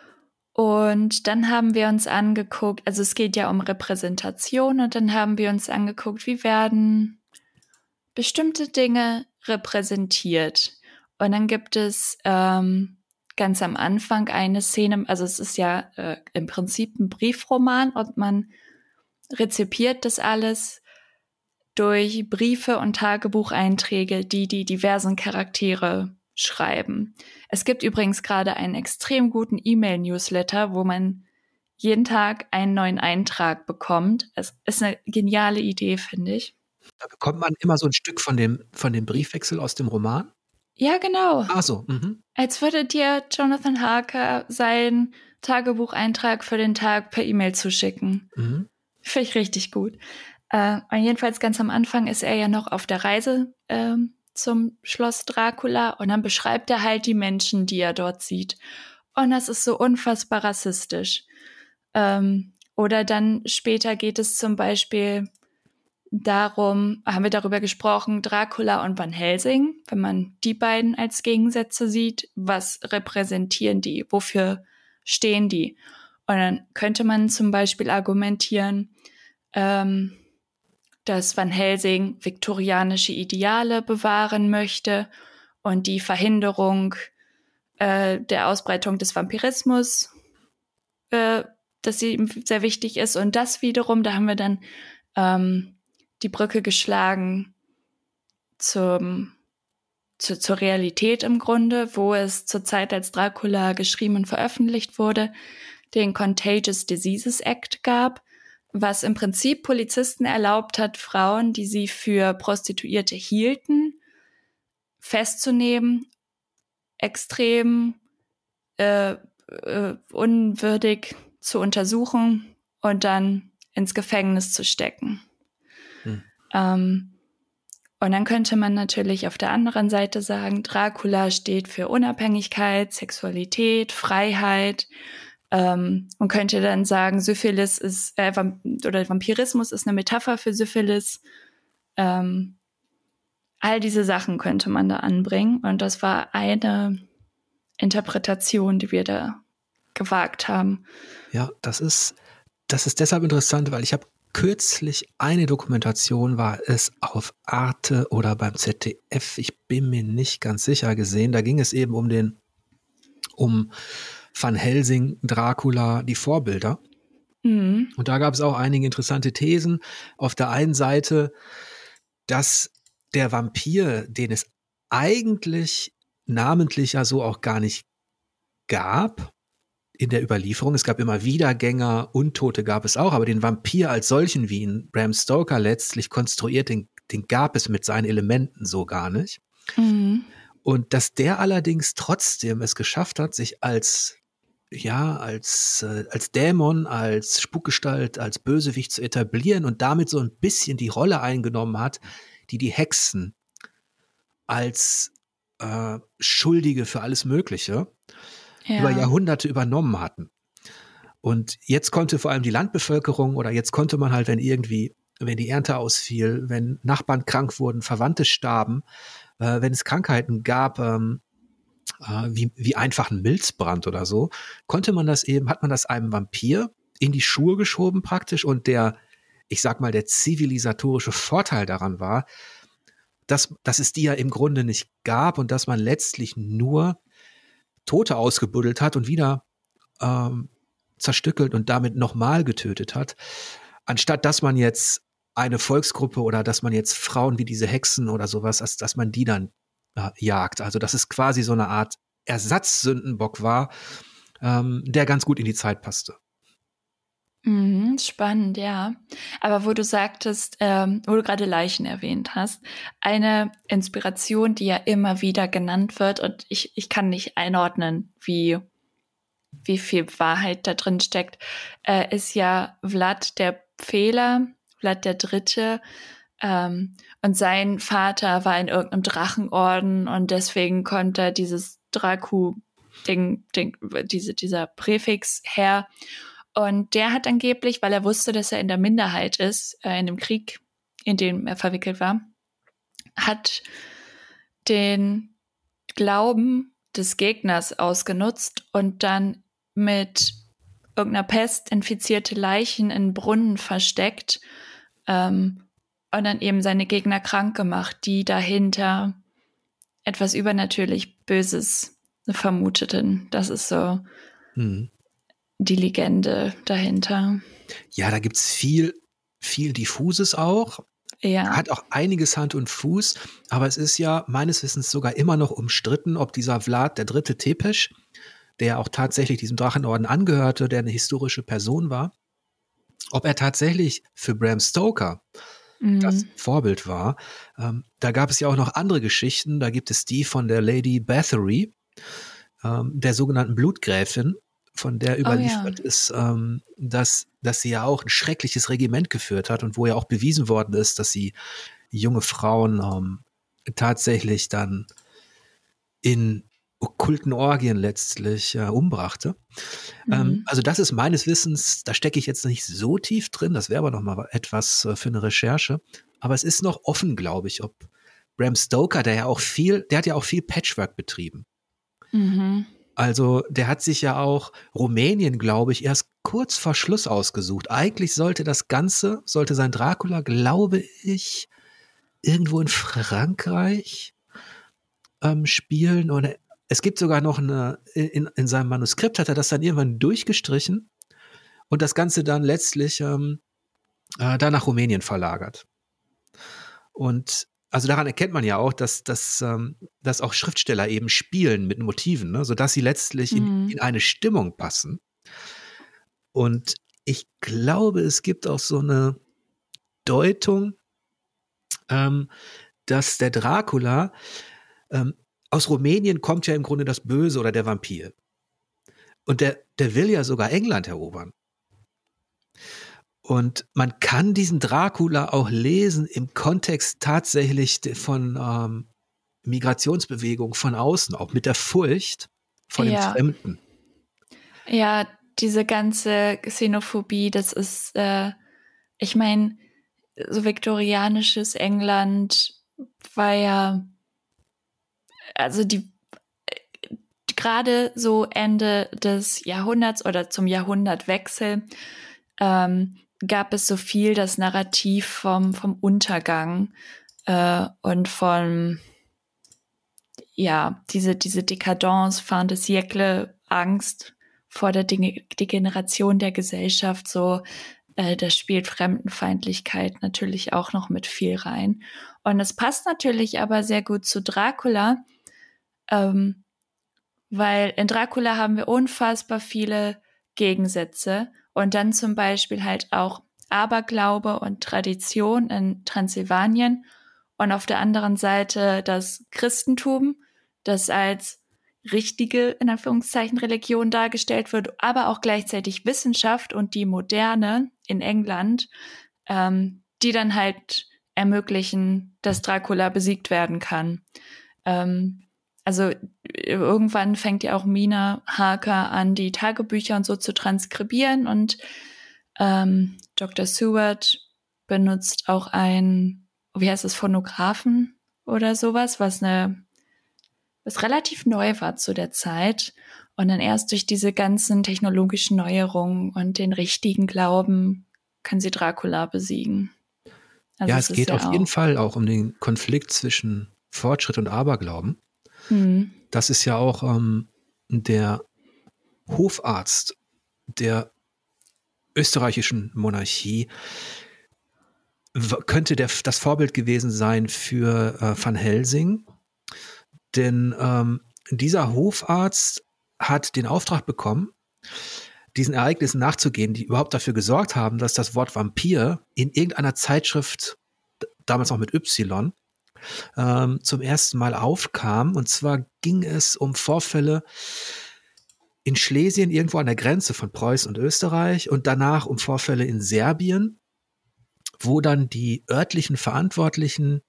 Speaker 2: Und dann haben wir uns angeguckt, also es geht ja um Repräsentation und dann haben wir uns angeguckt, wie werden bestimmte Dinge repräsentiert. Und dann gibt es ganz am Anfang eine Szene, also es ist ja im Prinzip ein Briefroman und man rezipiert das alles durch Briefe und Tagebucheinträge, die diversen Charaktere schreiben. Es gibt übrigens gerade einen extrem guten E-Mail-Newsletter, wo man jeden Tag einen neuen Eintrag bekommt. Es ist eine geniale Idee, finde ich.
Speaker 1: Da bekommt man immer so ein Stück von dem Briefwechsel aus dem Roman?
Speaker 2: Ja, genau.
Speaker 1: Ach so. Mhm.
Speaker 2: Als würde dir Jonathan Harker seinen Tagebucheintrag für den Tag per E-Mail zuschicken.
Speaker 1: Mhm.
Speaker 2: Finde ich richtig gut. Und jedenfalls ganz am Anfang ist er ja noch auf der Reise zum Schloss Dracula und dann beschreibt er halt die Menschen, die er dort sieht. Und das ist so unfassbar rassistisch. Oder dann später geht es zum Beispiel darum, haben wir darüber gesprochen, Dracula und Van Helsing, wenn man die beiden als Gegensätze sieht, was repräsentieren die, wofür stehen die? Und dann könnte man zum Beispiel argumentieren, dass Van Helsing viktorianische Ideale bewahren möchte und die Verhinderung der Ausbreitung des Vampirismus, dass sie ihm sehr wichtig ist. Und das wiederum, da haben wir dann die Brücke geschlagen zur Realität im Grunde, wo es zur Zeit, als Dracula geschrieben und veröffentlicht wurde, den Contagious Diseases Act gab, was im Prinzip Polizisten erlaubt hat, Frauen, die sie für Prostituierte hielten, festzunehmen, extrem unwürdig zu untersuchen und dann ins Gefängnis zu stecken. Und dann könnte man natürlich auf der anderen Seite sagen, Dracula steht für Unabhängigkeit, Sexualität, Freiheit, und könnte dann sagen, Syphilis ist, oder Vampirismus ist eine Metapher für Syphilis. All diese Sachen könnte man da anbringen. Und das war eine Interpretation, die wir da gewagt haben.
Speaker 1: Ja, das ist deshalb interessant, weil ich habe kürzlich eine Dokumentation, war es auf Arte oder beim ZDF, ich bin mir nicht ganz sicher, gesehen. Da ging es eben um Van Helsing, Dracula, die Vorbilder. Mhm. Und da gab es auch einige interessante Thesen. Auf der einen Seite, dass der Vampir, den es eigentlich namentlich ja so auch gar nicht gab in der Überlieferung. Es gab immer Wiedergänger, Untote gab es auch, aber den Vampir als solchen, wie ihn Bram Stoker letztlich konstruiert, den gab es mit seinen Elementen so gar nicht. Mhm. Und dass der allerdings trotzdem es geschafft hat, sich als Dämon, als Spukgestalt, als Bösewicht zu etablieren und damit so ein bisschen die Rolle eingenommen hat, die Hexen als Schuldige für alles Mögliche über Jahrhunderte übernommen hatten. Und jetzt konnte vor allem die Landbevölkerung oder jetzt konnte man halt, wenn die Ernte ausfiel, wenn Nachbarn krank wurden, Verwandte starben, wenn es Krankheiten gab, wie einfach ein Milzbrand oder so, hat man das einem Vampir in die Schuhe geschoben praktisch und der zivilisatorische Vorteil daran war, dass es die ja im Grunde nicht gab und dass man letztlich nur Tote ausgebuddelt hat und wieder zerstückelt und damit nochmal getötet hat, anstatt dass man jetzt eine Volksgruppe oder dass man jetzt Frauen wie diese Hexen oder sowas, dass man die dann jagt. Also dass es quasi so eine Art Ersatzsündenbock war, der ganz gut in die Zeit passte.
Speaker 2: Spannend, ja. Aber wo du sagtest, wo du gerade Leichen erwähnt hast, eine Inspiration, die ja immer wieder genannt wird und ich kann nicht einordnen, wie viel Wahrheit da drin steckt, ist ja Vlad der Pfähler, Vlad der Dritte, und sein Vater war in irgendeinem Drachenorden und deswegen konnte er dieses Dracu-Ding, dieser Präfix her. Und der hat angeblich, weil er wusste, dass er in der Minderheit ist, in dem Krieg, in dem er verwickelt war, hat den Glauben des Gegners ausgenutzt und dann mit irgendeiner Pest infizierte Leichen in Brunnen versteckt, und dann eben seine Gegner krank gemacht, die dahinter etwas übernatürlich Böses vermuteten. Das ist so die Legende dahinter.
Speaker 1: Ja, da gibt's viel Diffuses auch. Ja. Hat auch einiges Hand und Fuß, aber es ist ja meines Wissens sogar immer noch umstritten, ob dieser Vlad der Dritte Tepes, der auch tatsächlich diesem Drachenorden angehörte, der eine historische Person war, ob er tatsächlich für Bram Stoker das Vorbild war. Da gab es ja auch noch andere Geschichten. Da gibt es die von der Lady Bathory, der sogenannten Blutgräfin, von der überliefert ist, dass sie ja auch ein schreckliches Regiment geführt hat und wo ja auch bewiesen worden ist, dass sie junge Frauen tatsächlich dann in okkulten Orgien letztlich umbrachte. Also das ist meines Wissens, da stecke ich jetzt nicht so tief drin, das wäre aber noch mal etwas für eine Recherche, aber es ist noch offen, glaube ich, ob Bram Stoker, der hat ja auch viel Patchwork betrieben. Also der hat sich ja auch Rumänien, glaube ich, erst kurz vor Schluss ausgesucht. Eigentlich sollte sein Dracula, glaube ich, irgendwo in Frankreich spielen. Oder es gibt sogar noch in seinem Manuskript hat er das dann irgendwann durchgestrichen und das Ganze dann letztlich da nach Rumänien verlagert. Und also daran erkennt man ja auch, dass auch Schriftsteller eben spielen mit Motiven, ne, sodass sie letztlich in eine Stimmung passen. Und ich glaube, es gibt auch so eine Deutung, dass der Dracula aus Rumänien kommt ja im Grunde das Böse oder der Vampir. Und der will ja sogar England erobern. Und man kann diesen Dracula auch lesen im Kontext tatsächlich von Migrationsbewegung von außen, auch mit der Furcht vor dem Fremden.
Speaker 2: Ja, diese ganze Xenophobie, das ist, ich meine, so viktorianisches England war ja, also gerade so Ende des Jahrhunderts oder zum Jahrhundertwechsel gab es so viel das Narrativ vom Untergang und von diese Décadence, fin de siècle, Angst vor der Degeneration der Gesellschaft, so da spielt Fremdenfeindlichkeit natürlich auch noch mit viel rein. Und es passt natürlich aber sehr gut zu Dracula, weil in Dracula haben wir unfassbar viele Gegensätze und dann zum Beispiel halt auch Aberglaube und Tradition in Transsilvanien und auf der anderen Seite das Christentum, das als richtige, in Anführungszeichen, Religion dargestellt wird, aber auch gleichzeitig Wissenschaft und die Moderne in England, die dann halt ermöglichen, dass Dracula besiegt werden kann. Also irgendwann fängt ja auch Mina Harker an, die Tagebücher und so zu transkribieren und Dr. Seward benutzt auch wie heißt es, Phonographen oder sowas, was relativ neu war zu der Zeit. Und dann erst durch diese ganzen technologischen Neuerungen und den richtigen Glauben können sie Dracula besiegen. Also
Speaker 1: ja, es geht auf jeden Fall auch um den Konflikt zwischen Fortschritt und Aberglauben. Das ist ja auch der Hofarzt der österreichischen Monarchie, könnte das Vorbild gewesen sein für Van Helsing. Denn dieser Hofarzt hat den Auftrag bekommen, diesen Ereignissen nachzugehen, die überhaupt dafür gesorgt haben, dass das Wort Vampir in irgendeiner Zeitschrift, damals auch mit Y, zum ersten Mal aufkam. Und zwar ging es um Vorfälle in Schlesien, irgendwo an der Grenze von Preußen und Österreich, und danach um Vorfälle in Serbien, wo dann die örtlichen Verantwortlichen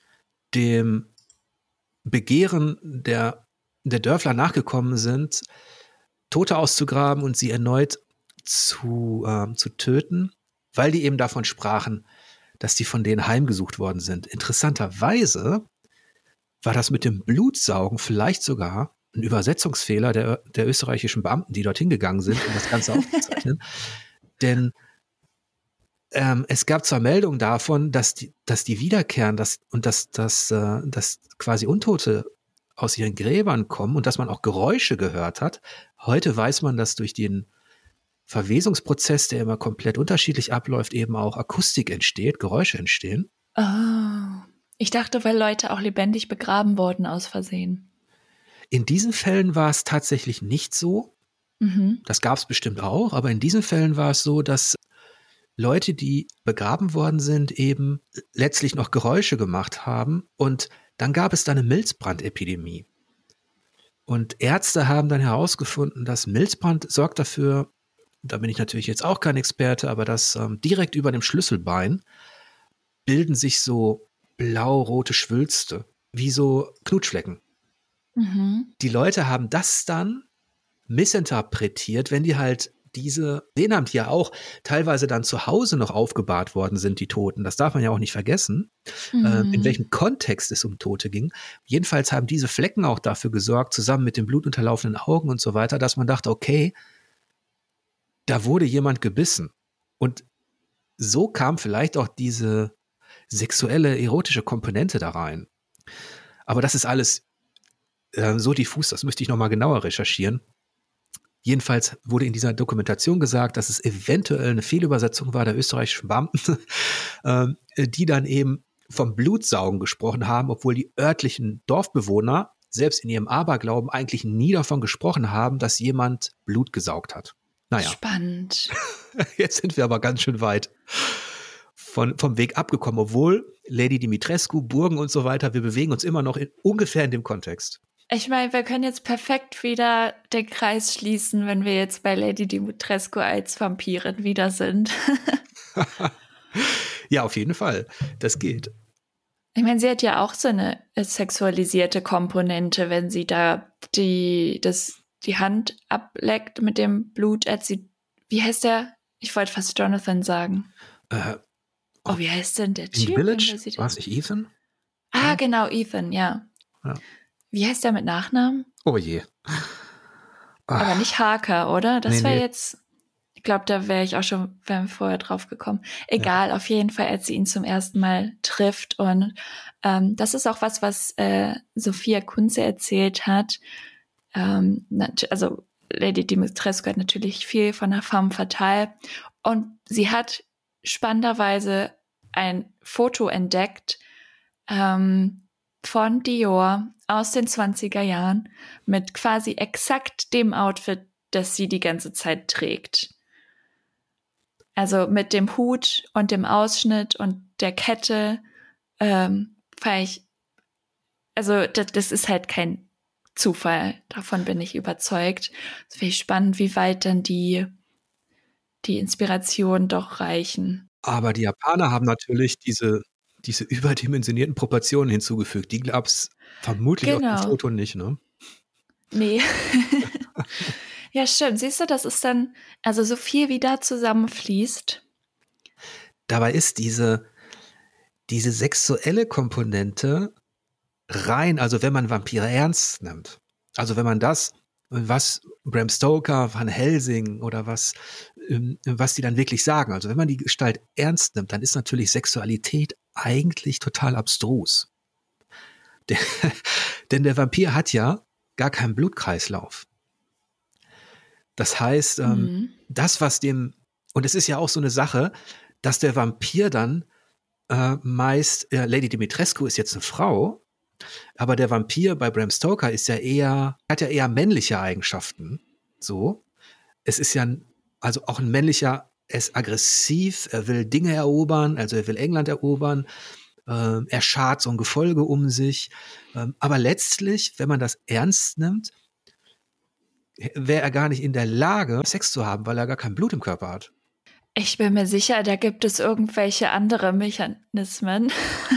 Speaker 1: dem Begehren der Dörfler nachgekommen sind, Tote auszugraben und sie erneut zu töten, weil die eben davon sprachen, dass die von denen heimgesucht worden sind. Interessanterweise war das mit dem Blutsaugen vielleicht sogar ein Übersetzungsfehler der österreichischen Beamten, die dorthin gegangen sind, um das Ganze aufzuzeichnen. Denn es gab zwar Meldungen davon, dass die wiederkehren, dass quasi Untote aus ihren Gräbern kommen und dass man auch Geräusche gehört hat. Heute weiß man, dass durch den Verwesungsprozess, der immer komplett unterschiedlich abläuft, eben auch Akustik entsteht, Geräusche entstehen.
Speaker 2: Oh, ich dachte, weil Leute auch lebendig begraben wurden aus Versehen.
Speaker 1: In diesen Fällen war es tatsächlich nicht so. Das gab es bestimmt auch, aber in diesen Fällen war es so, dass Leute, die begraben worden sind, eben letztlich noch Geräusche gemacht haben, und dann gab es da eine Milzbrandepidemie. Und Ärzte haben dann herausgefunden, dass Milzbrand sorgt dafür, da bin ich natürlich jetzt auch kein Experte, aber dass direkt über dem Schlüsselbein bilden sich so blau-rote Schwülste, wie so Knutschflecken. Die Leute haben das dann missinterpretiert, wenn die halt diese Szenen, die ja auch teilweise dann zu Hause noch aufgebahrt worden sind, die Toten. Das darf man ja auch nicht vergessen, in welchem Kontext es um Tote ging. Jedenfalls haben diese Flecken auch dafür gesorgt, zusammen mit den blutunterlaufenden Augen und so weiter, dass man dachte, okay, da wurde jemand gebissen. Und so kam vielleicht auch diese sexuelle, erotische Komponente da rein. Aber das ist alles so diffus, das müsste ich nochmal genauer recherchieren. Jedenfalls wurde in dieser Dokumentation gesagt, dass es eventuell eine Fehlübersetzung war der österreichischen Beamten, die dann eben vom Blutsaugen gesprochen haben, obwohl die örtlichen Dorfbewohner selbst in ihrem Aberglauben eigentlich nie davon gesprochen haben, dass jemand Blut gesaugt hat. Naja.
Speaker 2: Spannend.
Speaker 1: Jetzt sind wir aber ganz schön weit vom Weg abgekommen, obwohl Lady Dimitrescu, Burgen und so weiter, wir bewegen uns immer noch ungefähr in dem Kontext.
Speaker 2: Ich meine, wir können jetzt perfekt wieder den Kreis schließen, wenn wir jetzt bei Lady Dimitrescu als Vampirin wieder sind.
Speaker 1: Ja, auf jeden Fall. Das geht.
Speaker 2: Ich meine, sie hat ja auch so eine sexualisierte Komponente, wenn sie da die Hand ableckt mit dem Blut. Wie heißt der? Ich wollte fast Jonathan sagen. Wie heißt denn der Typ?
Speaker 1: In Village? War es nicht Ethan?
Speaker 2: Ah, genau, Ethan, ja. Wie heißt der mit Nachnamen?
Speaker 1: Oh je.
Speaker 2: Aber nicht Harker, oder? Das wäre jetzt, ich glaube, da wäre ich auch schon vorher drauf gekommen. Egal, auf jeden Fall, als sie ihn zum ersten Mal trifft. Und das ist auch was Sophia Kunze erzählt hat. Also Lady Dimitrescu hat natürlich viel von der femme fatale. Und sie hat spannenderweise ein Foto entdeckt von Dior aus den 20er Jahren mit quasi exakt dem Outfit, das sie die ganze Zeit trägt. Also mit dem Hut und dem Ausschnitt und der Kette. Das ist halt kein Zufall. Davon bin ich überzeugt. Es finde ich spannend, wie weit dann die Inspirationen doch reichen.
Speaker 1: Aber die Japaner haben natürlich diese überdimensionierten Proportionen hinzugefügt. Die gab es vermutlich auf dem Foto nicht, ne?
Speaker 2: Nee. Ja, stimmt. Siehst du, das ist dann, also so viel wie da zusammenfließt.
Speaker 1: Dabei ist diese sexuelle Komponente rein, also wenn man Vampire ernst nimmt, also wenn man das, was Bram Stoker, Van Helsing oder was die dann wirklich sagen, also wenn man die Gestalt ernst nimmt, dann ist natürlich Sexualität eigentlich total abstrus. Denn der Vampir hat ja gar keinen Blutkreislauf. Das heißt, das, was und es ist ja auch so eine Sache, dass der Vampir dann meist, Lady Dimitrescu ist jetzt eine Frau, aber der Vampir bei Bram Stoker hat ja eher männliche Eigenschaften. So. Es ist ja also auch ein männlicher, er ist aggressiv, er will Dinge erobern, also er will England erobern, er schart so ein Gefolge um sich. Aber letztlich, wenn man das ernst nimmt, wäre er gar nicht in der Lage, Sex zu haben, weil er gar kein Blut im Körper hat.
Speaker 2: Ich bin mir sicher, da gibt es irgendwelche andere Mechanismen.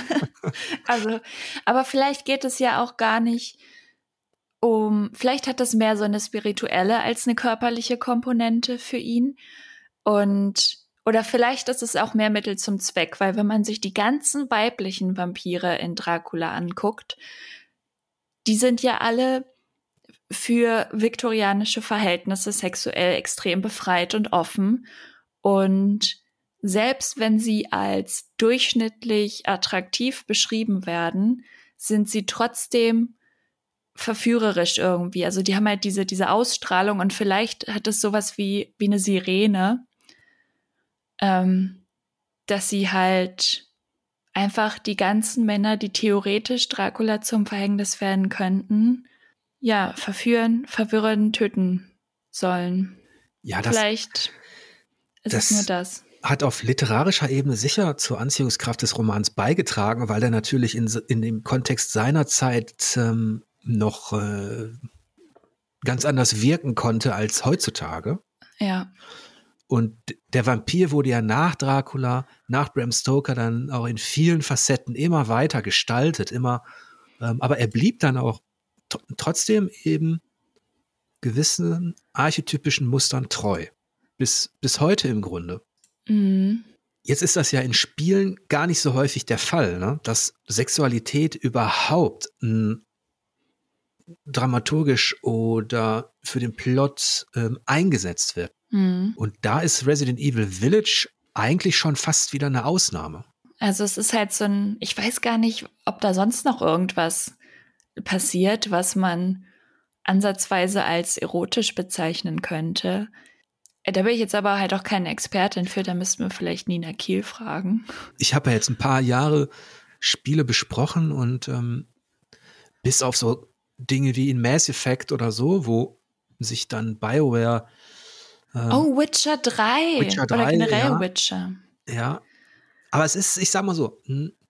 Speaker 2: Aber vielleicht geht es ja auch gar nicht vielleicht hat das mehr so eine spirituelle als eine körperliche Komponente für ihn. Oder vielleicht ist es auch mehr Mittel zum Zweck, weil wenn man sich die ganzen weiblichen Vampire in Dracula anguckt, die sind ja alle für viktorianische Verhältnisse sexuell extrem befreit und offen. Und selbst wenn sie als durchschnittlich attraktiv beschrieben werden, sind sie trotzdem verführerisch irgendwie. Also die haben halt diese Ausstrahlung und vielleicht hat es sowas wie eine Sirene, dass sie halt einfach die ganzen Männer, die theoretisch Dracula zum Verhängnis werden könnten, ja, verführen, verwirren, töten sollen.
Speaker 1: Ja,
Speaker 2: vielleicht ist es nur das.
Speaker 1: Hat auf literarischer Ebene sicher zur Anziehungskraft des Romans beigetragen, weil er natürlich in dem Kontext seiner Zeit noch ganz anders wirken konnte als heutzutage.
Speaker 2: Ja.
Speaker 1: Und der Vampir wurde ja nach Dracula, nach Bram Stoker dann auch in vielen Facetten immer weiter gestaltet, aber er blieb dann auch trotzdem eben gewissen archetypischen Mustern treu. bis heute im Grunde.
Speaker 2: Mhm.
Speaker 1: Jetzt ist das ja in Spielen gar nicht so häufig der Fall, ne? Dass Sexualität überhaupt dramaturgisch oder für den Plot eingesetzt wird.
Speaker 2: Mhm.
Speaker 1: Und da ist Resident Evil Village eigentlich schon fast wieder eine Ausnahme.
Speaker 2: Also es ist halt so ein, ich weiß gar nicht, ob da sonst noch irgendwas passiert, was man ansatzweise als erotisch bezeichnen könnte. Da bin ich jetzt aber halt auch keine Expertin für, da müssten wir vielleicht Nina Kiel fragen.
Speaker 1: Ich habe ja jetzt ein paar Jahre Spiele besprochen und bis auf so Dinge wie in Mass Effect oder so, wo sich dann BioWare
Speaker 2: Witcher 3.
Speaker 1: Witcher 3
Speaker 2: Oder generell
Speaker 1: ja,
Speaker 2: Witcher.
Speaker 1: Ja, aber es ist, ich sag mal so,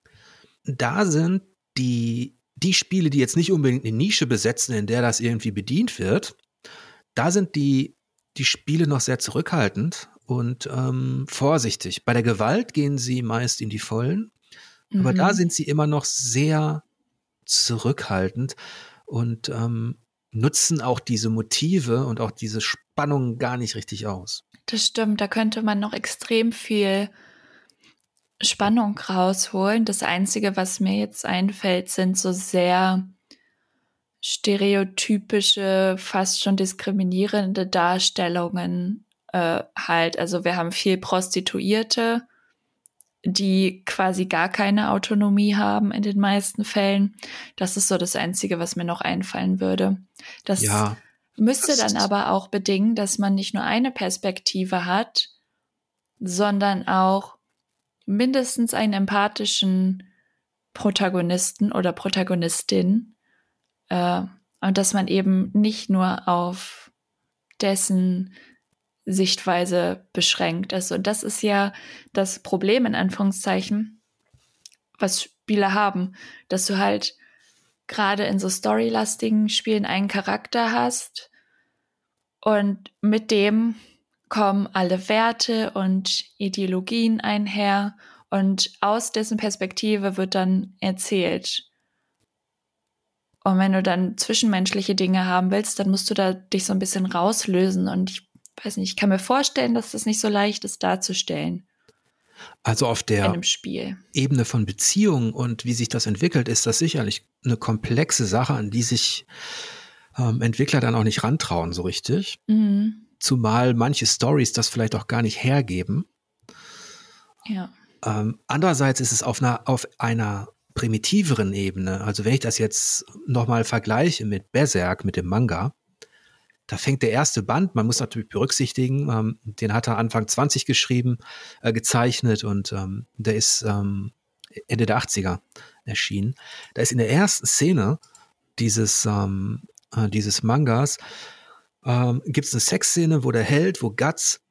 Speaker 1: da sind die Spiele, die jetzt nicht unbedingt eine Nische besetzen, in der das irgendwie bedient wird, da sind die Spiele noch sehr zurückhaltend und vorsichtig. Bei der Gewalt gehen sie meist in die Vollen, aber da sind sie immer noch sehr zurückhaltend und nutzen auch diese Motive und auch diese Spannung gar nicht richtig aus.
Speaker 2: Das stimmt, da könnte man noch extrem viel Spannung rausholen. Das Einzige, was mir jetzt einfällt, sind so sehr stereotypische, fast schon diskriminierende Darstellungen halt. Also wir haben viel Prostituierte, die quasi gar keine Autonomie haben in den meisten Fällen. Das ist so das Einzige, was mir noch einfallen würde. Das müsste dann aber auch bedingen, dass man nicht nur eine Perspektive hat, sondern auch mindestens einen empathischen Protagonisten oder Protagonistin und dass man eben nicht nur auf dessen Sichtweise beschränkt ist. Und das ist ja das Problem in Anführungszeichen, was Spiele haben, dass du halt gerade in so storylastigen Spielen einen Charakter hast und mit dem kommen alle Werte und Ideologien einher und aus dessen Perspektive wird dann erzählt. Und wenn du dann zwischenmenschliche Dinge haben willst, dann musst du da dich so ein bisschen rauslösen. Und ich weiß nicht, ich kann mir vorstellen, dass das nicht so leicht ist darzustellen.
Speaker 1: Also auf der
Speaker 2: in einem Spiel.
Speaker 1: Ebene von Beziehungen und wie sich das entwickelt, ist das sicherlich eine komplexe Sache, an die sich Entwickler dann auch nicht rantrauen so richtig.
Speaker 2: Mhm.
Speaker 1: Zumal manche Storys das vielleicht auch gar nicht hergeben.
Speaker 2: Ja.
Speaker 1: Andererseits ist es auf einer primitiveren Ebene, also wenn ich das jetzt nochmal vergleiche mit Berserk, mit dem Manga, da fängt der erste Band, man muss natürlich berücksichtigen, den hat er Anfang 20 geschrieben, gezeichnet und der ist Ende der 80er erschienen. Da ist in der ersten Szene dieses Mangas gibt es eine Sexszene, wo der Held, wo Guts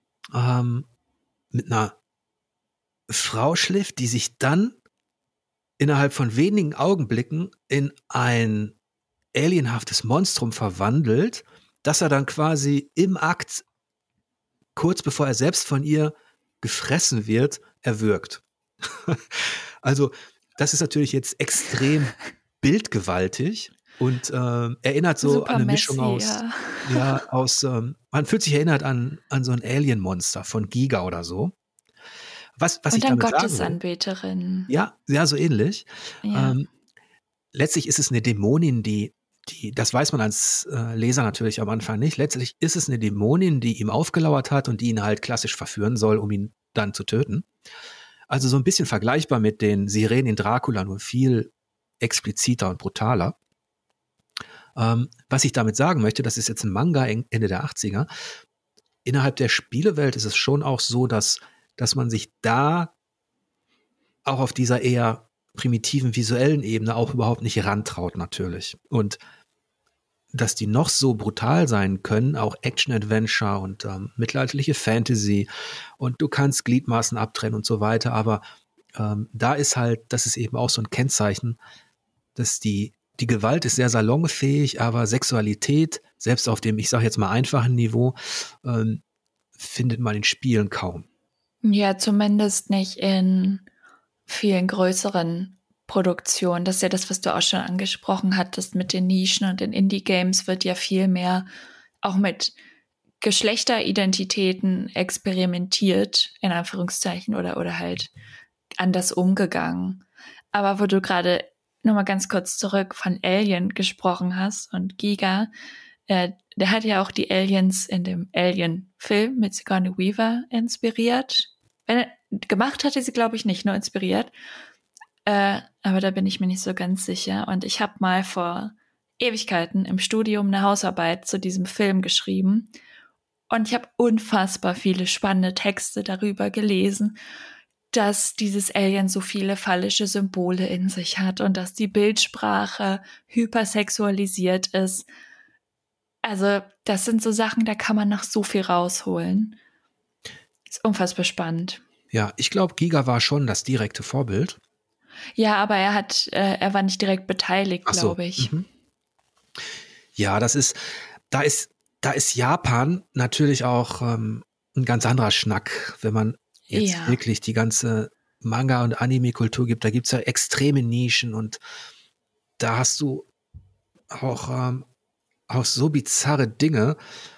Speaker 1: mit einer Frau schläft, die sich dann innerhalb von wenigen Augenblicken in ein alienhaftes Monstrum verwandelt, dass er dann quasi im Akt, kurz bevor er selbst von ihr gefressen wird, erwürgt. Also das ist natürlich jetzt extrem bildgewaltig und erinnert so
Speaker 2: Super
Speaker 1: an eine
Speaker 2: messy,
Speaker 1: Mischung aus, man fühlt sich erinnert an so ein Alien-Monster von Giga oder so. Was
Speaker 2: und
Speaker 1: ich
Speaker 2: dann
Speaker 1: damit sagen will,
Speaker 2: Gottesanbeterin.
Speaker 1: ja, so ähnlich.
Speaker 2: Ja.
Speaker 1: Letztlich ist es eine Dämonin, die, das weiß man als Leser natürlich am Anfang nicht, letztlich ist es eine Dämonin, die ihm aufgelauert hat und die ihn halt klassisch verführen soll, um ihn dann zu töten. Also so ein bisschen vergleichbar mit den Sirenen in Dracula, nur viel expliziter und brutaler. Was ich damit sagen möchte, das ist jetzt ein Manga Ende der 80er. Innerhalb der Spielewelt ist es schon auch so, dass man sich da auch auf dieser eher primitiven visuellen Ebene auch überhaupt nicht rantraut natürlich. Und dass die noch so brutal sein können, auch Action-Adventure und mittelalterliche Fantasy und du kannst Gliedmaßen abtrennen und so weiter, aber da ist halt, das ist eben auch so ein Kennzeichen, dass die Gewalt ist sehr salonfähig, aber Sexualität, selbst auf dem, ich sage jetzt mal einfachen Niveau, findet man in Spielen kaum.
Speaker 2: Ja, zumindest nicht in vielen größeren Produktionen. Das ist ja das, was du auch schon angesprochen hattest mit den Nischen und den Indie-Games wird ja viel mehr auch mit Geschlechteridentitäten experimentiert, in Anführungszeichen, oder halt anders umgegangen. Aber wo du gerade nochmal ganz kurz zurück von Alien gesprochen hast und Giga, der hat ja auch die Aliens in dem Alien-Film mit Sigourney Weaver inspiriert. Gemacht hatte sie, glaube ich, nicht, nur inspiriert. Aber da bin ich mir nicht so ganz sicher. Und ich habe mal vor Ewigkeiten im Studium eine Hausarbeit zu diesem Film geschrieben. Und ich habe unfassbar viele spannende Texte darüber gelesen, dass dieses Alien so viele phallische Symbole in sich hat und dass die Bildsprache hypersexualisiert ist. Also das sind so Sachen, da kann man noch so viel rausholen. Ist unfassbar spannend.
Speaker 1: Ja, ich glaube, Giga war schon das direkte Vorbild.
Speaker 2: Ja, aber er war nicht direkt beteiligt, glaube ich.
Speaker 1: Mhm. Ja, da ist Japan natürlich auch ein ganz anderer Schnack, wenn man jetzt wirklich die ganze Manga- und Anime-Kultur gibt. Da gibt es ja extreme Nischen und da hast du auch so bizarre Dinge,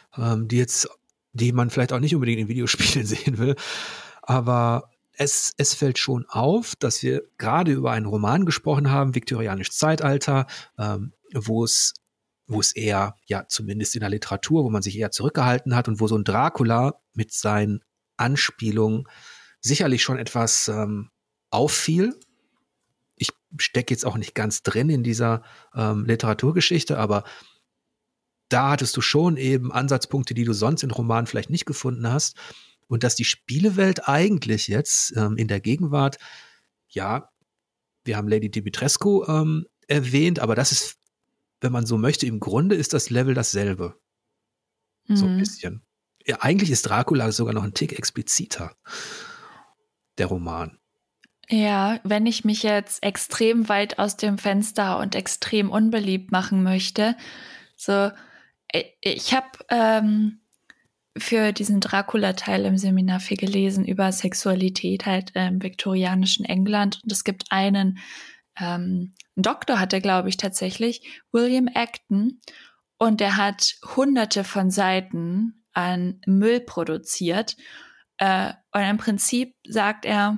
Speaker 1: die man vielleicht auch nicht unbedingt in Videospielen sehen will. Aber es fällt schon auf, dass wir gerade über einen Roman gesprochen haben, viktorianisches Zeitalter, wo es eher, ja, zumindest in der Literatur, wo man sich eher zurückgehalten hat und wo so ein Dracula mit seinen Anspielungen sicherlich schon etwas auffiel. Ich stecke jetzt auch nicht ganz drin in dieser Literaturgeschichte, aber da hattest du schon eben Ansatzpunkte, die du sonst in Romanen vielleicht nicht gefunden hast. Und dass die Spielewelt eigentlich jetzt in der Gegenwart, ja, wir haben Lady Dimitrescu erwähnt, aber das ist, wenn man so möchte, im Grunde ist das Level dasselbe. So ein bisschen. Ja, eigentlich ist Dracula sogar noch ein Tick expliziter, der Roman.
Speaker 2: Ja, wenn ich mich jetzt extrem weit aus dem Fenster und extrem unbeliebt machen möchte, so, ich habe für diesen Dracula-Teil im Seminar viel gelesen über Sexualität halt im viktorianischen England. Und es gibt einen Doktor, hat er, glaube ich, tatsächlich, William Acton. Und der hat hunderte von Seiten an Müll produziert. Und im Prinzip sagt er,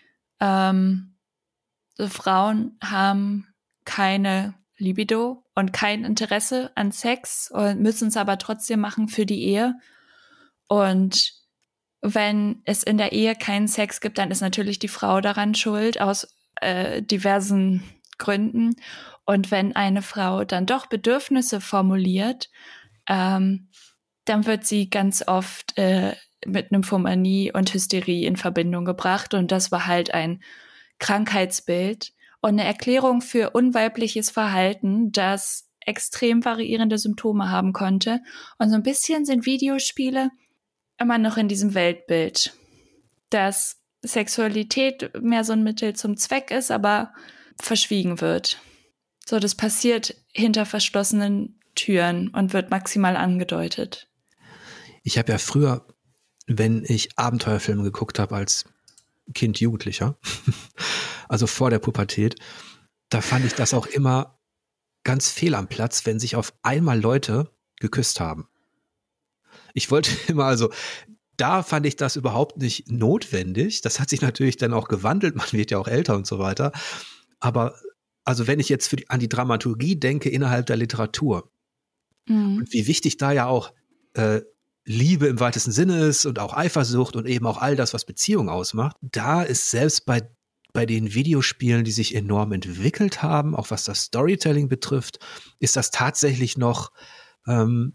Speaker 2: so Frauen haben keine Libido und kein Interesse an Sex und müssen es aber trotzdem machen für die Ehe. Und wenn es in der Ehe keinen Sex gibt, dann ist natürlich die Frau daran schuld, aus diversen Gründen. Und wenn eine Frau dann doch Bedürfnisse formuliert, dann wird sie ganz oft mit Nymphomanie und Hysterie in Verbindung gebracht. Und das war halt ein Krankheitsbild und eine Erklärung für unweibliches Verhalten, das extrem variierende Symptome haben konnte. Und so ein bisschen sind Videospiele immer noch in diesem Weltbild, dass Sexualität mehr so ein Mittel zum Zweck ist, aber verschwiegen wird. So, das passiert hinter verschlossenen Türen und wird maximal angedeutet.
Speaker 1: Ich habe ja früher, wenn ich Abenteuerfilme geguckt habe als Kind, Jugendlicher, also vor der Pubertät, da fand ich das auch immer ganz fehl am Platz, wenn sich auf einmal Leute geküsst haben. Ich wollte immer, also da fand ich das überhaupt nicht notwendig. Das hat sich natürlich dann auch gewandelt, man wird ja auch älter und so weiter. Aber also wenn ich jetzt an die Dramaturgie denke innerhalb der Literatur und wie wichtig da ja auch Liebe im weitesten Sinne ist und auch Eifersucht und eben auch all das, was Beziehung ausmacht, da ist selbst bei den Videospielen, die sich enorm entwickelt haben, auch was das Storytelling betrifft, ist das tatsächlich noch ein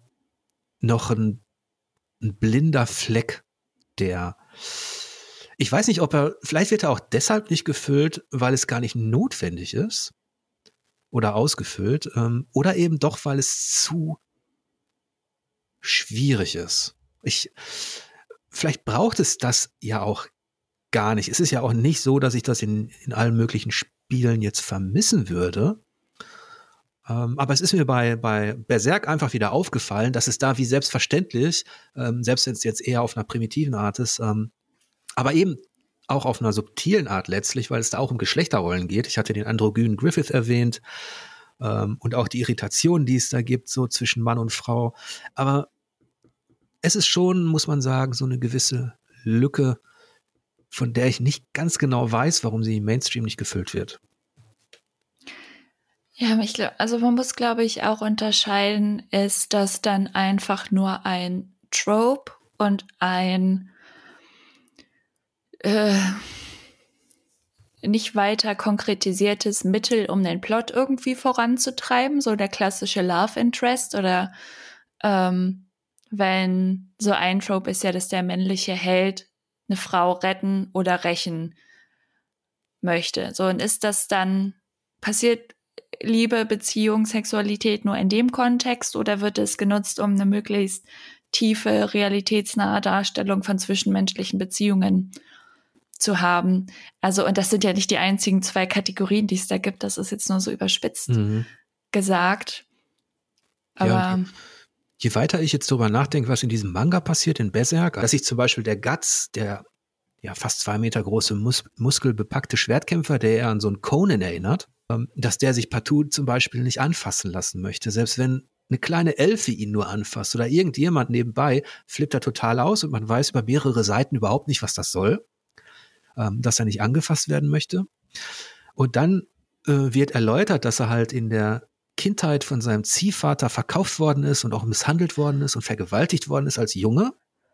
Speaker 1: blinder Fleck, ich weiß nicht, vielleicht wird er auch deshalb nicht gefüllt, weil es gar nicht notwendig ist oder ausgefüllt, oder eben doch, weil es zu schwierig ist. Vielleicht braucht es das ja auch gar nicht. Es ist ja auch nicht so, dass ich das in allen möglichen Spielen jetzt vermissen würde. Aber es ist mir bei Berserk einfach wieder aufgefallen, dass es da wie selbstverständlich, selbst wenn es jetzt eher auf einer primitiven Art ist, aber eben auch auf einer subtilen Art letztlich, weil es da auch um Geschlechterrollen geht. Ich hatte den androgynen Griffith erwähnt und auch die Irritationen, die es da gibt, so zwischen Mann und Frau. Aber es ist schon, muss man sagen, so eine gewisse Lücke, von der ich nicht ganz genau weiß, warum sie im Mainstream nicht gefüllt wird.
Speaker 2: Ja, also man muss, glaube ich, auch unterscheiden, ist das dann einfach nur ein Trope und ein nicht weiter konkretisiertes Mittel, um den Plot irgendwie voranzutreiben, so der klassische Love Interest oder wenn so ein Trope ist ja, dass der männliche Held eine Frau retten oder rächen möchte. So, und ist das dann, passiert Liebe, Beziehung, Sexualität nur in dem Kontext oder wird es genutzt, um eine möglichst tiefe, realitätsnahe Darstellung von zwischenmenschlichen Beziehungen zu haben? Also, und das sind ja nicht die einzigen 2 Kategorien, die es da gibt. Das ist jetzt nur so überspitzt gesagt. Aber
Speaker 1: ja, je weiter ich jetzt darüber nachdenke, was in diesem Manga passiert, in Berserk, dass sich zum Beispiel der Guts, der ja fast 2 Meter große, muskelbepackte Schwertkämpfer, der eher an so einen Conan erinnert, dass der sich partout zum Beispiel nicht anfassen lassen möchte. Selbst wenn eine kleine Elfe ihn nur anfasst oder irgendjemand nebenbei, flippt er total aus und man weiß über mehrere Seiten überhaupt nicht, was das soll, dass er nicht angefasst werden möchte. Und dann wird erläutert, dass er halt in der Kindheit von seinem Ziehvater verkauft worden ist und auch misshandelt worden ist und vergewaltigt worden ist als Junge.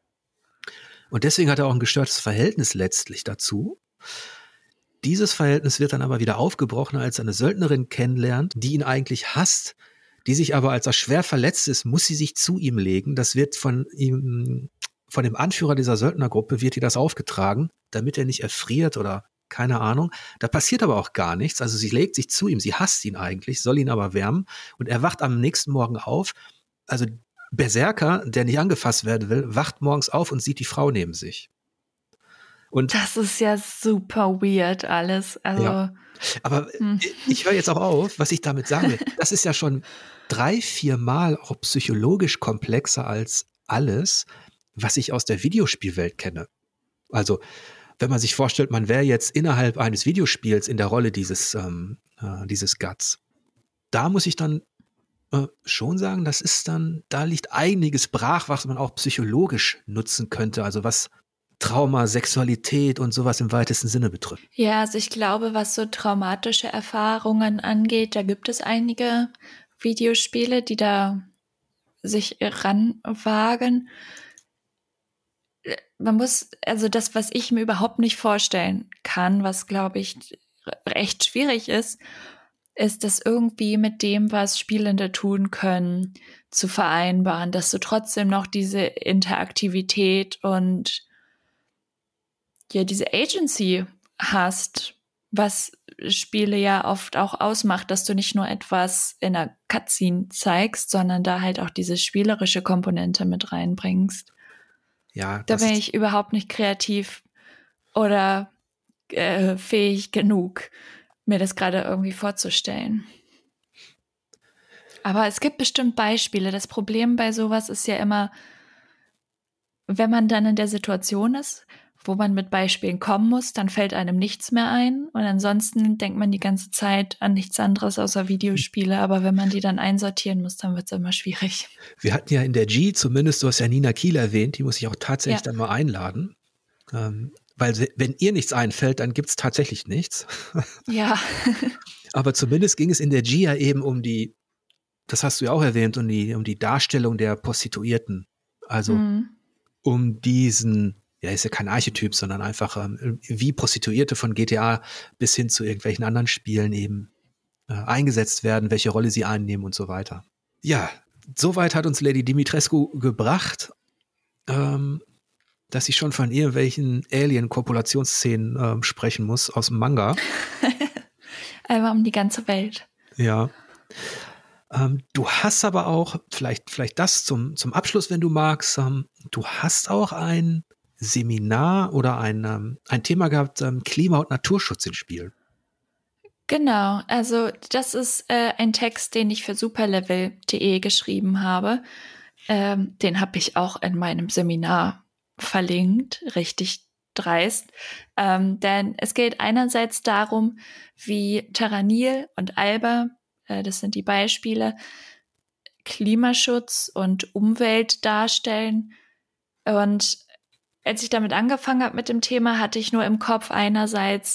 Speaker 1: Und deswegen hat er auch ein gestörtes Verhältnis letztlich dazu. Dieses Verhältnis wird dann aber wieder aufgebrochen, als er eine Söldnerin kennenlernt, die ihn eigentlich hasst, die sich aber, als er schwer verletzt ist, muss sie sich zu ihm legen. Das wird von ihm, von dem Anführer dieser Söldnergruppe wird ihr das aufgetragen, damit er nicht erfriert oder keine Ahnung. Da passiert aber auch gar nichts. Also sie legt sich zu ihm, sie hasst ihn eigentlich, soll ihn aber wärmen und er wacht am nächsten Morgen auf. Also Berserker, der nicht angefasst werden will, wacht morgens auf und sieht die Frau neben sich. Und
Speaker 2: das ist ja super weird alles. Also,
Speaker 1: ja. Aber ich höre jetzt auch auf, was ich damit sagen will. Das ist ja schon 3-4 Mal auch psychologisch komplexer als alles, was ich aus der Videospielwelt kenne. Also, wenn man sich vorstellt, man wäre jetzt innerhalb eines Videospiels in der Rolle dieses Guts. Da muss ich dann schon sagen, das ist dann, da liegt einiges brach, was man auch psychologisch nutzen könnte, also was Trauma, Sexualität und sowas im weitesten Sinne betrifft.
Speaker 2: ja, also ich glaube, was so traumatische Erfahrungen angeht, da gibt es einige Videospiele, die da sich ranwagen. Man muss, also das, was ich mir überhaupt nicht vorstellen kann, was glaube ich echt schwierig ist das irgendwie mit dem, was Spielende tun können, zu vereinbaren, dass du trotzdem noch diese Interaktivität und ja, diese Agency hast, was Spiele ja oft auch ausmacht, dass du nicht nur etwas in einer Cutscene zeigst, sondern da halt auch diese spielerische Komponente mit reinbringst.
Speaker 1: Ja,
Speaker 2: da bin ich überhaupt nicht kreativ oder fähig genug, mir das gerade irgendwie vorzustellen. Aber es gibt bestimmt Beispiele. Das Problem bei sowas ist ja immer, wenn man dann in der Situation ist, wo man mit Beispielen kommen muss, dann fällt einem nichts mehr ein und ansonsten denkt man die ganze Zeit an nichts anderes außer Videospiele, aber wenn man die dann einsortieren muss, dann wird es immer schwierig.
Speaker 1: Wir hatten ja in der G, zumindest, du hast ja Nina Kiel erwähnt, die muss ich auch tatsächlich dann mal einladen, weil wenn ihr nichts einfällt, dann gibt es tatsächlich nichts.
Speaker 2: Ja.
Speaker 1: Aber zumindest ging es in der G ja eben um die, das hast du ja auch erwähnt, um die Darstellung der Prostituierten, also um diesen, ja, ist ja kein Archetyp, sondern einfach wie Prostituierte von GTA bis hin zu irgendwelchen anderen Spielen eben eingesetzt werden, welche Rolle sie einnehmen und so weiter. Ja, soweit hat uns Lady Dimitrescu gebracht, dass ich schon von irgendwelchen Alien-Kopulationsszenen sprechen muss aus dem Manga.
Speaker 2: Einmal um die ganze Welt.
Speaker 1: Ja. Du hast aber auch, vielleicht das zum Abschluss, wenn du magst, du hast auch ein Seminar oder ein Thema gehabt, Klima- und Naturschutz in Spielen.
Speaker 2: Genau, also das ist ein Text, den ich für superlevel.de geschrieben habe. Den habe ich auch in meinem Seminar verlinkt, richtig dreist. Denn es geht einerseits darum, wie Taranil und Alba, das sind die Beispiele, Klimaschutz und Umwelt darstellen, Und als ich damit angefangen habe mit dem Thema, hatte ich nur im Kopf einerseits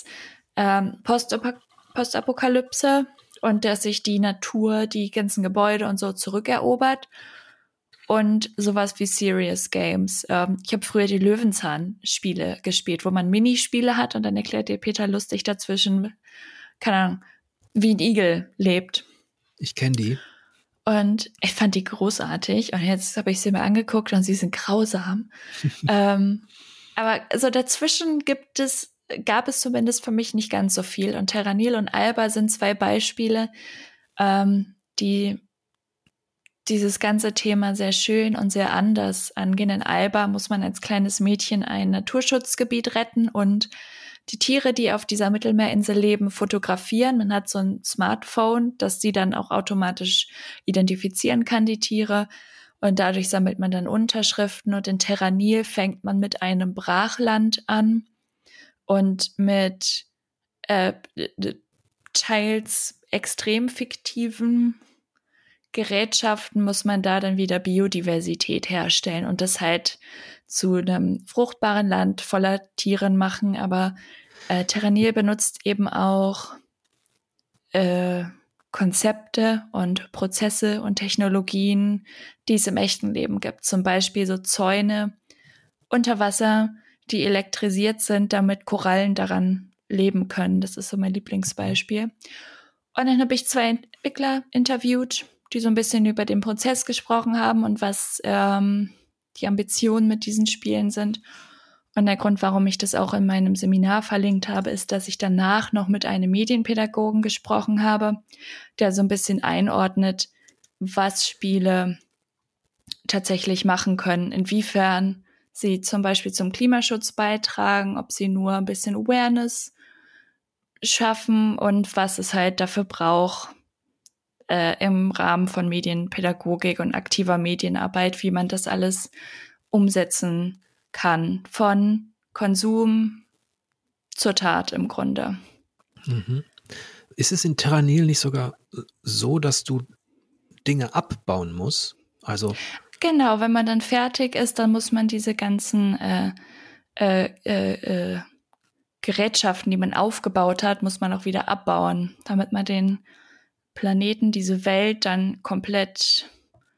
Speaker 2: Postapokalypse und dass sich die Natur, die ganzen Gebäude und so zurückerobert und sowas wie Serious Games. Ich habe früher die Löwenzahn-Spiele gespielt, wo man Minispiele hat und dann erklärt dir Peter lustig dazwischen, keine Ahnung, wie ein Igel lebt.
Speaker 1: Ich kenne die.
Speaker 2: Und ich fand die großartig. Und jetzt habe ich sie mir angeguckt und sie sind grausam. Aber so dazwischen gab es zumindest für mich nicht ganz so viel. Und Terranil und Alba sind 2 Beispiele, die dieses ganze Thema sehr schön und sehr anders angehen. In Alba muss man als kleines Mädchen ein Naturschutzgebiet retten und die Tiere, die auf dieser Mittelmeerinsel leben, fotografieren. Man hat so ein Smartphone, das sie dann auch automatisch identifizieren kann, die Tiere. Und dadurch sammelt man dann Unterschriften. Und in Terranil fängt man mit einem Brachland an und mit teils extrem fiktiven Gerätschaften muss man da dann wieder Biodiversität herstellen und das halt zu einem fruchtbaren Land voller Tieren machen. Aber Terranil benutzt eben auch Konzepte und Prozesse und Technologien, die es im echten Leben gibt. Zum Beispiel so Zäune unter Wasser, die elektrisiert sind, damit Korallen daran leben können. Das ist so mein Lieblingsbeispiel. Und dann habe ich 2 Entwickler interviewt, die so ein bisschen über den Prozess gesprochen haben und was die Ambitionen mit diesen Spielen sind. Und der Grund, warum ich das auch in meinem Seminar verlinkt habe, ist, dass ich danach noch mit einem Medienpädagogen gesprochen habe, der so ein bisschen einordnet, was Spiele tatsächlich machen können, inwiefern sie zum Beispiel zum Klimaschutz beitragen, ob sie nur ein bisschen Awareness schaffen und was es halt dafür braucht, im Rahmen von Medienpädagogik und aktiver Medienarbeit, wie man das alles umsetzen kann, von Konsum zur Tat im Grunde.
Speaker 1: Mhm. Ist es in Terranil nicht sogar so, dass du Dinge abbauen musst? Also
Speaker 2: genau, wenn man dann fertig ist, dann muss man diese ganzen Gerätschaften, die man aufgebaut hat, muss man auch wieder abbauen, damit man den Planeten, diese Welt dann komplett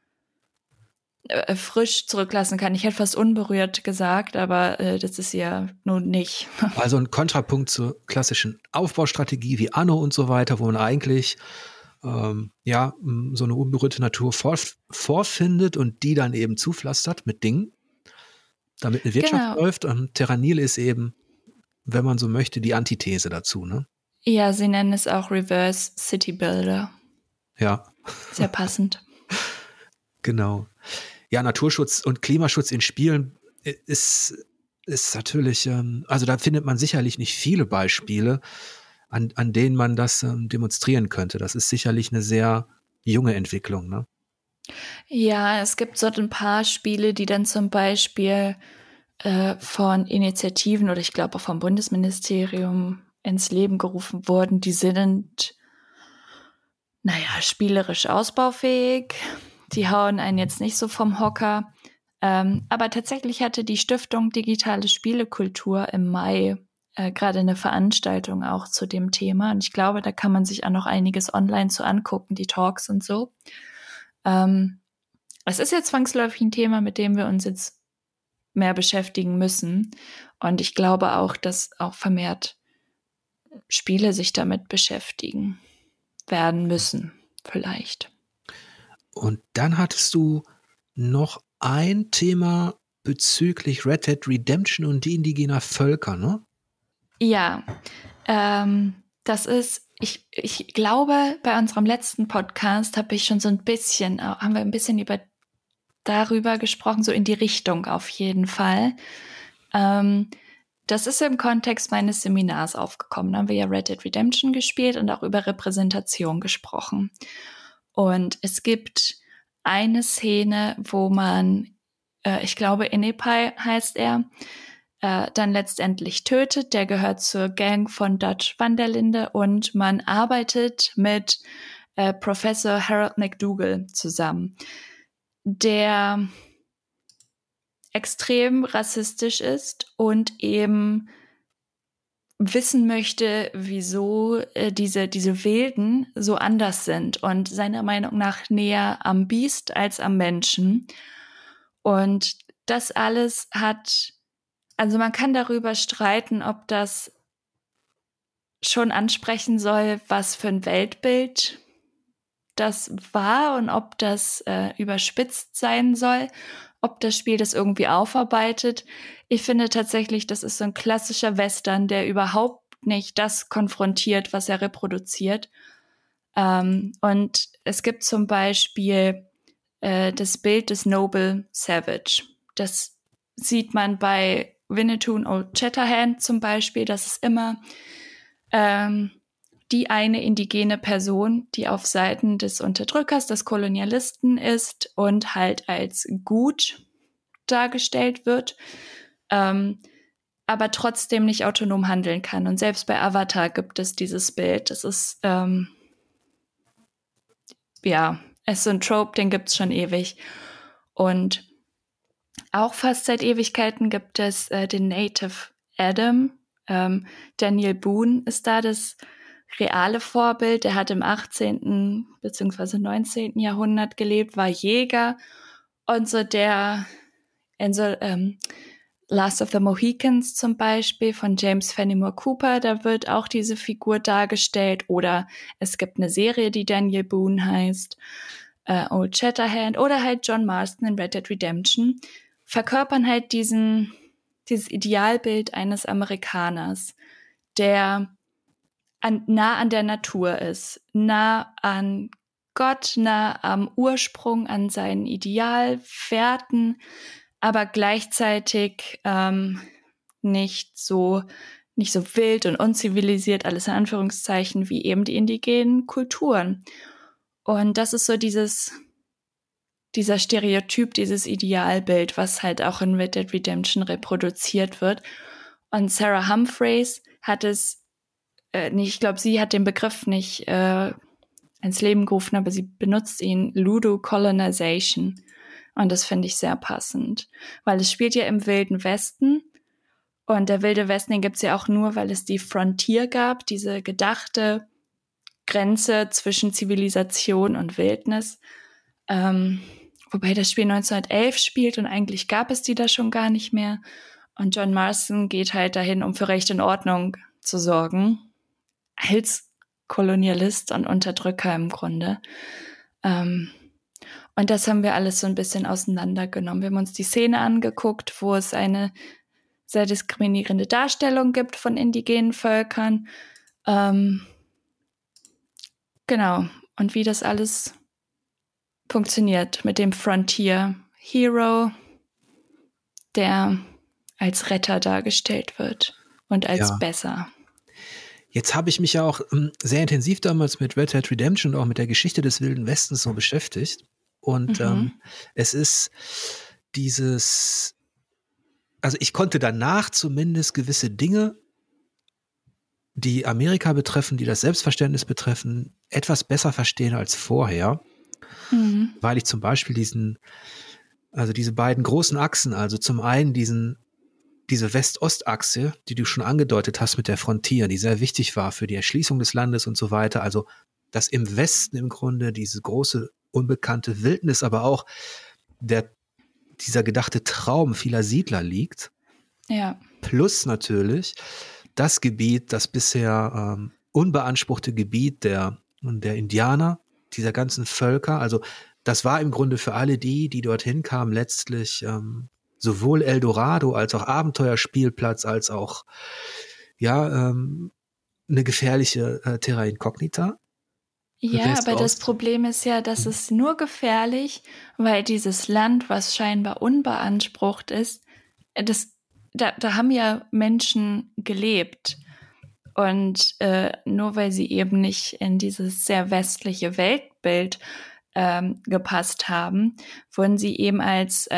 Speaker 2: frisch zurücklassen kann. Ich hätte fast unberührt gesagt, aber das ist ja nun nicht.
Speaker 1: Also ein Kontrapunkt zur klassischen Aufbaustrategie wie Anno und so weiter, wo man eigentlich so eine unberührte Natur vorfindet und die dann eben zupflastert mit Dingen, damit eine Wirtschaft läuft. Und Terranil ist eben, wenn man so möchte, die Antithese dazu, ne?
Speaker 2: Ja, sie nennen es auch Reverse City Builder.
Speaker 1: Ja.
Speaker 2: Sehr passend.
Speaker 1: Genau. Ja, Naturschutz und Klimaschutz in Spielen ist natürlich, also da findet man sicherlich nicht viele Beispiele, an denen man das demonstrieren könnte. Das ist sicherlich eine sehr junge Entwicklung, ne?
Speaker 2: Ja, es gibt so ein paar Spiele, die dann zum Beispiel von Initiativen oder ich glaube auch vom Bundesministerium ins Leben gerufen wurden. Die sind, spielerisch ausbaufähig. Die hauen einen jetzt nicht so vom Hocker. Aber tatsächlich hatte die Stiftung Digitale Spielekultur im Mai gerade eine Veranstaltung auch zu dem Thema. Und ich glaube, da kann man sich auch noch einiges online zu angucken, die Talks und so. Es ist jetzt zwangsläufig ein Thema, mit dem wir uns jetzt mehr beschäftigen müssen. Und ich glaube auch, dass auch vermehrt Spiele sich damit beschäftigen werden müssen, vielleicht.
Speaker 1: Und dann hattest du noch ein Thema bezüglich Red Dead Redemption und die indigener Völker, ne?
Speaker 2: Ja, das ist, ich glaube, bei unserem letzten Podcast haben wir ein bisschen darüber gesprochen, so in die Richtung auf jeden Fall. Das ist im Kontext meines Seminars aufgekommen. Da haben wir ja Red Dead Redemption gespielt und auch über Repräsentation gesprochen. Und es gibt eine Szene, wo man, ich glaube, Inepai heißt er, dann letztendlich tötet. Der gehört zur Gang von Dutch van der Linde und man arbeitet mit Professor Harold McDougall zusammen. Der extrem rassistisch ist und eben wissen möchte, wieso diese Wilden so anders sind und seiner Meinung nach näher am Biest als am Menschen. Und das alles also man kann darüber streiten, ob das schon ansprechen soll, was für ein Weltbild das war und ob das überspitzt sein soll, ob das Spiel das irgendwie aufarbeitet. Ich finde tatsächlich, das ist so ein klassischer Western, der überhaupt nicht das konfrontiert, was er reproduziert. Und es gibt zum Beispiel das Bild des Noble Savage. Das sieht man bei Winnetou und Old Shatterhand zum Beispiel. Das ist immer die eine indigene Person, die auf Seiten des Unterdrückers, des Kolonialisten ist und halt als gut dargestellt wird, aber trotzdem nicht autonom handeln kann. Und selbst bei Avatar gibt es dieses Bild. Das ist, es ist so ein Trope, den gibt's schon ewig. Und auch fast seit Ewigkeiten gibt es den Native Adam. Daniel Boone ist da das reale Vorbild. Der hat im 18. bzw. 19. Jahrhundert gelebt, war Jäger und so Last of the Mohicans zum Beispiel von James Fenimore Cooper, da wird auch diese Figur dargestellt. Oder es gibt eine Serie, die Daniel Boone heißt, Old Shatterhand oder halt John Marston in Red Dead Redemption, verkörpern halt dieses Idealbild eines Amerikaners, der nah an der Natur ist, nah an Gott, nah am Ursprung, an seinen Idealwerten, aber gleichzeitig nicht so wild und unzivilisiert, alles in Anführungszeichen, wie eben die indigenen Kulturen. Und das ist so dieser Stereotyp, dieses Idealbild, was halt auch in Red Dead Redemption reproduziert wird. Und Sarah Humphreys hat es ich glaube, sie hat den Begriff nicht ins Leben gerufen, aber sie benutzt ihn, Ludo-Colonization. Und das finde ich sehr passend, weil es spielt ja im Wilden Westen. Und der Wilde Westen, den gibt's ja auch nur, weil es die Frontier gab, diese gedachte Grenze zwischen Zivilisation und Wildnis. Wobei das Spiel 1911 spielt und eigentlich gab es die da schon gar nicht mehr. Und John Marston geht halt dahin, um für Recht und Ordnung zu sorgen. Als Kolonialist und Unterdrücker im Grunde. Und das haben wir alles so ein bisschen auseinandergenommen. Wir haben uns die Szene angeguckt, wo es eine sehr diskriminierende Darstellung gibt von indigenen Völkern. Genau. Und wie das alles funktioniert mit dem Frontier Hero, der als Retter dargestellt wird und als besser.
Speaker 1: Jetzt habe ich mich ja auch sehr intensiv damals mit Red Dead Redemption und auch mit der Geschichte des Wilden Westens so beschäftigt. Und es ist also ich konnte danach zumindest gewisse Dinge, die Amerika betreffen, die das Selbstverständnis betreffen, etwas besser verstehen als vorher. Weil ich zum Beispiel diese beiden großen Achsen, also zum einen diese West-Ost-Achse, die du schon angedeutet hast mit der Frontier, die sehr wichtig war für die Erschließung des Landes und so weiter. Also, dass im Westen im Grunde diese große unbekannte Wildnis, aber auch dieser gedachte Traum vieler Siedler liegt.
Speaker 2: Ja.
Speaker 1: Plus natürlich das Gebiet, das bisher unbeanspruchte Gebiet der Indianer, dieser ganzen Völker. Also, das war im Grunde für alle die dorthin kamen, letztlich sowohl Eldorado als auch Abenteuerspielplatz, als auch eine gefährliche Terra Incognita.
Speaker 2: Ja, aber das Problem ist ja, dass es nur gefährlich, weil dieses Land, was scheinbar unbeansprucht ist, da haben ja Menschen gelebt. Und nur weil sie eben nicht in dieses sehr westliche Weltbild gepasst haben, wurden sie eben als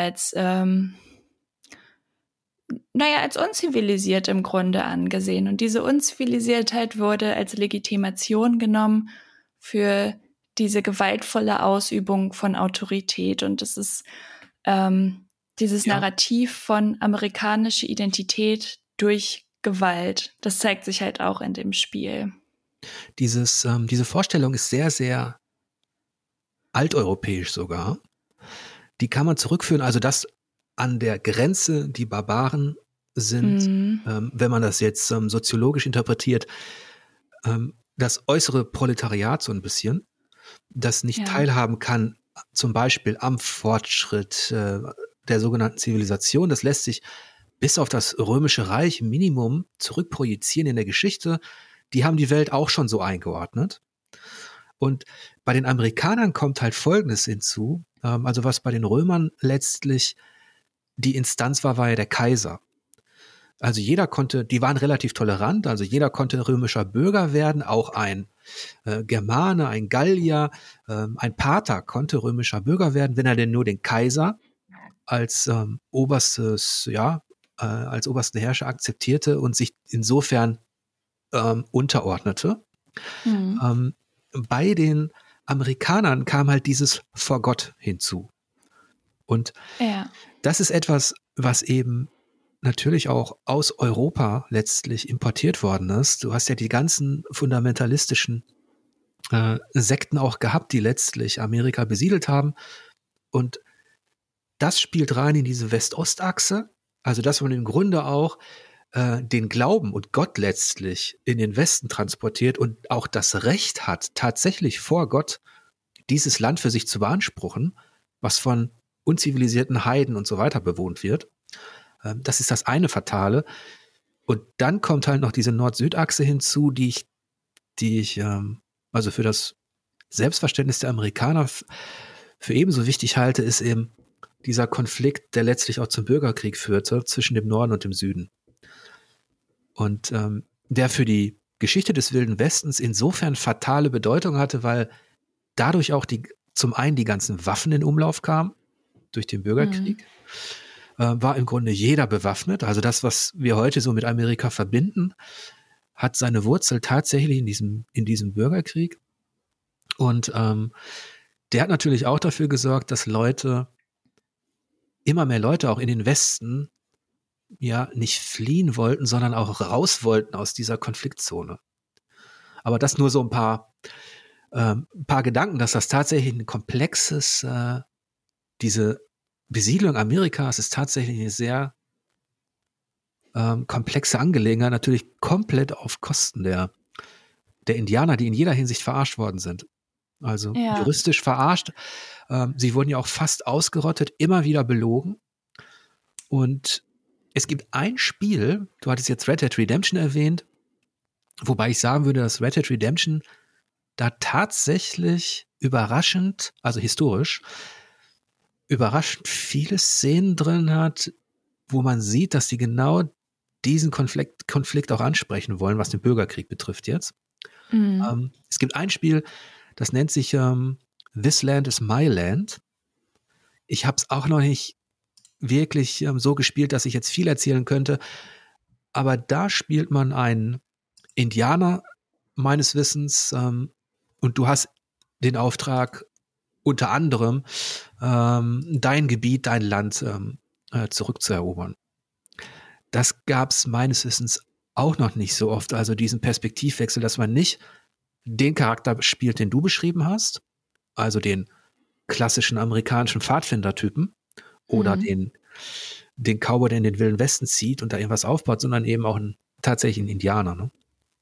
Speaker 2: unzivilisiert im Grunde angesehen. Und diese Unzivilisiertheit wurde als Legitimation genommen für diese gewaltvolle Ausübung von Autorität. Und das ist Dieses Narrativ von amerikanischer Identität durch Gewalt, das zeigt sich halt auch in dem Spiel.
Speaker 1: Diese Vorstellung ist sehr, sehr alteuropäisch sogar. Die kann man zurückführen, also dass an der Grenze die Barbaren sind, wenn man das jetzt soziologisch interpretiert, das äußere Proletariat so ein bisschen, das nicht teilhaben kann, zum Beispiel am Fortschritt der sogenannten Zivilisation. Das lässt sich bis auf das Römische Reich Minimum zurückprojizieren in der Geschichte. Die haben die Welt auch schon so eingeordnet. Und bei den Amerikanern kommt halt Folgendes hinzu. Also was bei den Römern letztlich die Instanz war ja der Kaiser. Also die waren relativ tolerant, also jeder konnte römischer Bürger werden, auch ein Germane, ein Gallier, ein Parther konnte römischer Bürger werden, wenn er denn nur den Kaiser als als obersten Herrscher akzeptierte und sich insofern unterordnete. Bei den Amerikanern kam halt dieses vor Gott hinzu. Und das ist etwas, was eben natürlich auch aus Europa letztlich importiert worden ist. Du hast ja die ganzen fundamentalistischen Sekten auch gehabt, die letztlich Amerika besiedelt haben. Und das spielt rein in diese West-Ost-Achse. Also dass man im Grunde auch den Glauben und Gott letztlich in den Westen transportiert und auch das Recht hat, tatsächlich vor Gott dieses Land für sich zu beanspruchen, was von unzivilisierten Heiden und so weiter bewohnt wird. Das ist das eine Fatale. Und dann kommt halt noch diese Nord-Süd-Achse hinzu, die ich also für das Selbstverständnis der Amerikaner für ebenso wichtig halte, ist eben dieser Konflikt, der letztlich auch zum Bürgerkrieg führte zwischen dem Norden und dem Süden. Und der für die Geschichte des Wilden Westens insofern fatale Bedeutung hatte, weil dadurch auch zum einen die ganzen Waffen in Umlauf kamen, durch den Bürgerkrieg, war im Grunde jeder bewaffnet. Also das, was wir heute so mit Amerika verbinden, hat seine Wurzel tatsächlich in diesem Bürgerkrieg. Und der hat natürlich auch dafür gesorgt, dass immer mehr Leute auch in den Westen nicht fliehen wollten, sondern auch raus wollten aus dieser Konfliktzone. Aber das nur so ein paar Gedanken, dass das tatsächlich ein komplexes, diese Besiedlung Amerikas ist tatsächlich eine sehr komplexe Angelegenheit, natürlich komplett auf Kosten der Indianer, die in jeder Hinsicht verarscht worden sind. Also juristisch verarscht. Sie wurden ja auch fast ausgerottet, immer wieder belogen. Und es gibt ein Spiel, du hattest jetzt Red Dead Redemption erwähnt, wobei ich sagen würde, dass Red Dead Redemption da tatsächlich überraschend, also historisch, überraschend viele Szenen drin hat, wo man sieht, dass sie genau diesen Konflikt auch ansprechen wollen, was den Bürgerkrieg betrifft jetzt. Es gibt ein Spiel, das nennt sich This Land is My Land. Ich habe es auch noch nicht wirklich so gespielt, dass ich jetzt viel erzählen könnte. Aber da spielt man einen Indianer, meines Wissens, und du hast den Auftrag, unter anderem dein Gebiet, dein Land zurückzuerobern. Das gab es meines Wissens auch noch nicht so oft. Also diesen Perspektivwechsel, dass man nicht den Charakter spielt, den du beschrieben hast, also den klassischen amerikanischen Pfadfinder-Typen, oder den Cowboy, der in den Wilden Westen zieht und da irgendwas aufbaut, sondern eben auch tatsächlich einen Indianer. Ne?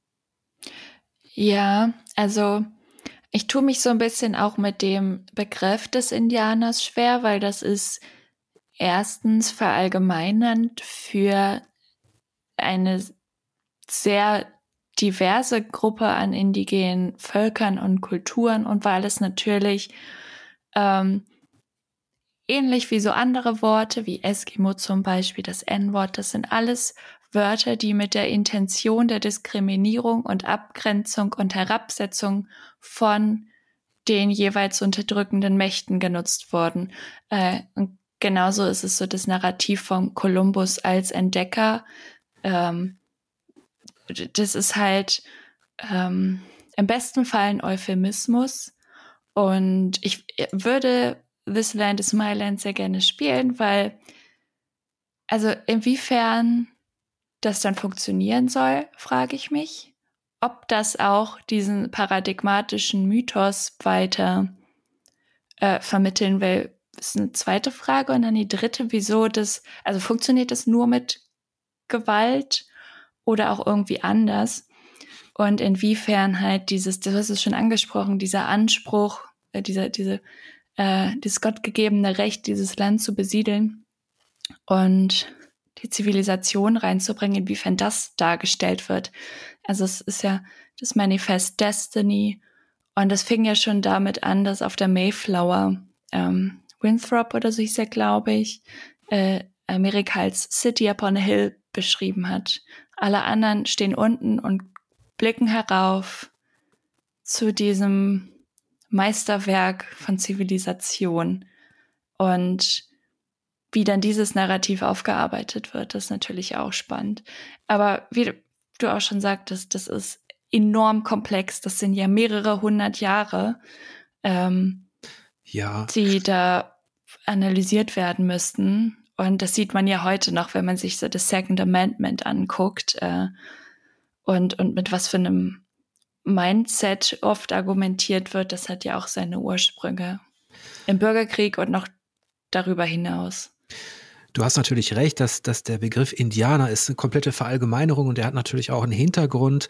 Speaker 2: Ja, also ich tue mich so ein bisschen auch mit dem Begriff des Indianers schwer, weil das ist erstens verallgemeinernd für eine sehr diverse Gruppe an indigenen Völkern und Kulturen und weil es natürlich ähnlich wie so andere Worte, wie Eskimo zum Beispiel, das N-Wort, das sind alles Wörter, die mit der Intention der Diskriminierung und Abgrenzung und Herabsetzung von den jeweils unterdrückenden Mächten genutzt wurden. Und genauso ist es so das Narrativ von Kolumbus als Entdecker. Das ist halt im besten Fall ein Euphemismus. Und ich würde This Land is My Land sehr gerne spielen, weil also inwiefern das dann funktionieren soll, frage ich mich. Ob das auch diesen paradigmatischen Mythos weiter vermitteln will, ist eine zweite Frage. Und dann die dritte, wieso das, also funktioniert das nur mit Gewalt oder auch irgendwie anders? Und inwiefern halt dieses, du hast es schon angesprochen, dieser Anspruch, dieses gottgegebene Recht, dieses Land zu besiedeln und die Zivilisation reinzubringen, inwiefern das dargestellt wird. Also es ist ja das Manifest Destiny und das fing ja schon damit an, dass auf der Mayflower Winthrop oder so hieß er, glaube ich, Amerika als City upon a Hill beschrieben hat. Alle anderen stehen unten und blicken herauf zu diesem Meisterwerk von Zivilisation. Und wie dann dieses Narrativ aufgearbeitet wird, das ist natürlich auch spannend. Aber wie du auch schon sagtest, das ist enorm komplex. Das sind ja mehrere 100 Jahre, die da analysiert werden müssten. Und das sieht man ja heute noch, wenn man sich so das Second Amendment anguckt und mit was für einem Mindset oft argumentiert wird. Das hat ja auch seine Ursprünge im Bürgerkrieg und noch darüber hinaus.
Speaker 1: Du hast natürlich recht, dass der Begriff Indianer ist eine komplette Verallgemeinerung und der hat natürlich auch einen Hintergrund.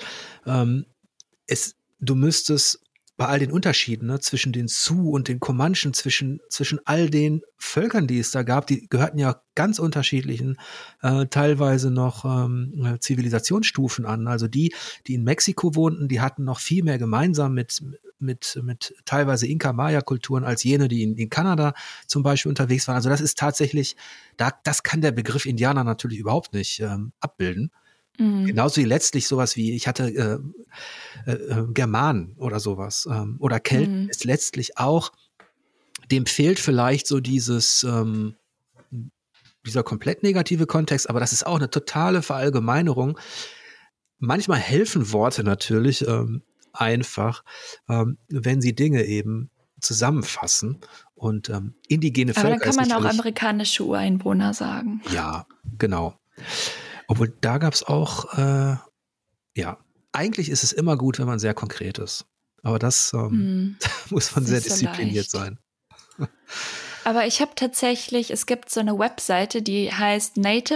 Speaker 1: Du müsstest bei all den Unterschieden, ne, zwischen den Sioux und den Comanchen, zwischen all den Völkern, die es da gab, die gehörten ja ganz unterschiedlichen, teilweise noch Zivilisationsstufen an. Also die in Mexiko wohnten, die hatten noch viel mehr gemeinsam mit teilweise Inka-Maya-Kulturen als jene, die in Kanada zum Beispiel unterwegs waren. Also das ist tatsächlich, das kann der Begriff Indianer natürlich überhaupt nicht abbilden. Genauso wie letztlich sowas wie, ich hatte Germanen oder sowas oder Kelten ist letztlich auch, dem fehlt vielleicht so dieser komplett negative Kontext, aber das ist auch eine totale Verallgemeinerung. Manchmal helfen Worte natürlich einfach, wenn sie Dinge eben zusammenfassen und indigene Völker.
Speaker 2: Aber dann kann man auch amerikanische Ureinwohner sagen.
Speaker 1: Ja, genau. Obwohl, da gab es auch, eigentlich ist es immer gut, wenn man sehr konkret ist. Aber das muss man sehr diszipliniert sein.
Speaker 2: Aber ich habe tatsächlich, es gibt so eine Webseite, die heißt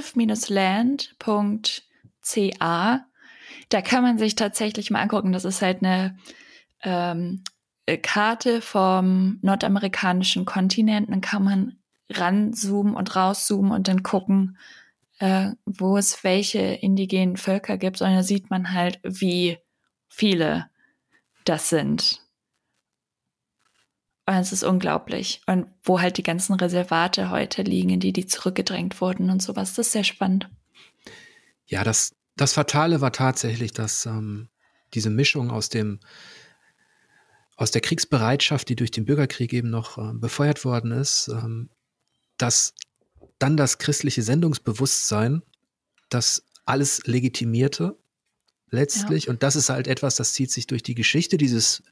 Speaker 2: native-land.ca. Da kann man sich tatsächlich mal angucken. Das ist halt eine Karte vom nordamerikanischen Kontinent. Dann kann man ranzoomen und rauszoomen und dann gucken, wo es welche indigenen Völker gibt. Und da sieht man halt, wie viele das sind. Und es ist unglaublich. Und wo halt die ganzen Reservate heute liegen, in die zurückgedrängt wurden und sowas. Das ist sehr spannend.
Speaker 1: Ja, das Fatale war tatsächlich, dass diese Mischung aus der Kriegsbereitschaft, die durch den Bürgerkrieg eben noch befeuert worden ist, dass dann das christliche Sendungsbewusstsein, das alles legitimierte letztlich. Ja. Und das ist halt etwas, das zieht sich durch die Geschichte, diese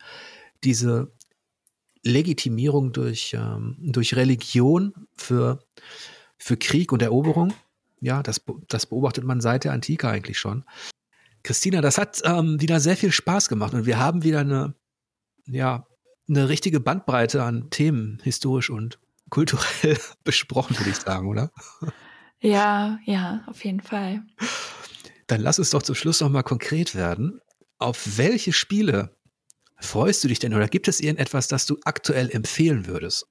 Speaker 1: Legitimierung durch Religion für Krieg und Eroberung. Ja, das beobachtet man seit der Antike eigentlich schon. Christina, das hat wieder sehr viel Spaß gemacht und wir haben wieder eine richtige Bandbreite an Themen, historisch und kulturell besprochen, würde ich sagen, oder?
Speaker 2: Ja, auf jeden Fall.
Speaker 1: Dann lass uns doch zum Schluss noch mal konkret werden. Auf welche Spiele freust du dich denn oder gibt es irgendetwas, das du aktuell empfehlen würdest?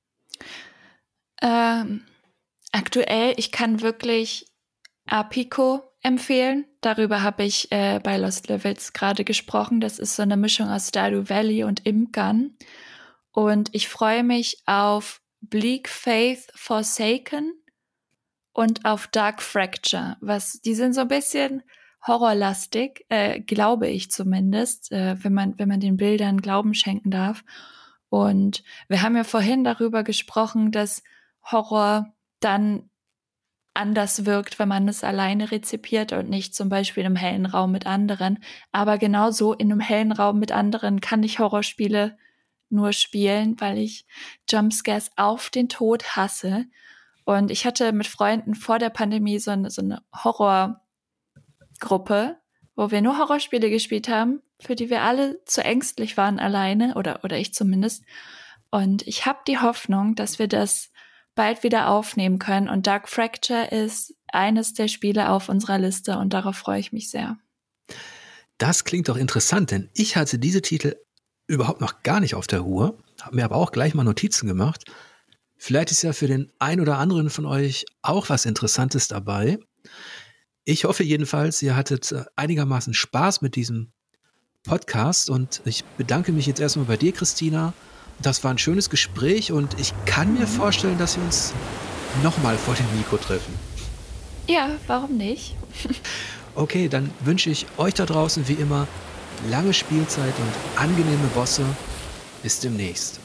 Speaker 2: Aktuell, ich kann wirklich Apico empfehlen. Darüber habe ich bei Lost Levels gerade gesprochen. Das ist so eine Mischung aus Stardew Valley und Imgun. Und ich freue mich auf Bleak Faith Forsaken und auf Dark Fracture. Die sind so ein bisschen horrorlastig, glaube ich zumindest, wenn man den Bildern Glauben schenken darf. Und wir haben ja vorhin darüber gesprochen, dass Horror dann anders wirkt, wenn man es alleine rezipiert und nicht zum Beispiel in einem hellen Raum mit anderen. Aber genauso in einem hellen Raum mit anderen kann ich Horrorspiele nur spielen, weil ich Jumpscares auf den Tod hasse. Und ich hatte mit Freunden vor der Pandemie so eine Horrorgruppe, wo wir nur Horrorspiele gespielt haben, für die wir alle zu ängstlich waren alleine, oder ich zumindest. Und ich habe die Hoffnung, dass wir das bald wieder aufnehmen können. Und Dark Fracture ist eines der Spiele auf unserer Liste und darauf freue ich mich sehr.
Speaker 1: Das klingt doch interessant, denn ich hatte diese Titel überhaupt noch gar nicht auf der Uhr, habe mir aber auch gleich mal Notizen gemacht. Vielleicht ist ja für den einen oder anderen von euch auch was Interessantes dabei. Ich hoffe jedenfalls, ihr hattet einigermaßen Spaß mit diesem Podcast und ich bedanke mich jetzt erstmal bei dir, Christina. Das war ein schönes Gespräch und ich kann mir vorstellen, dass wir uns nochmal vor dem Mikro treffen.
Speaker 2: Ja, warum nicht?
Speaker 1: Okay, dann wünsche ich euch da draußen wie immer lange Spielzeit und angenehme Bosse. Bis demnächst.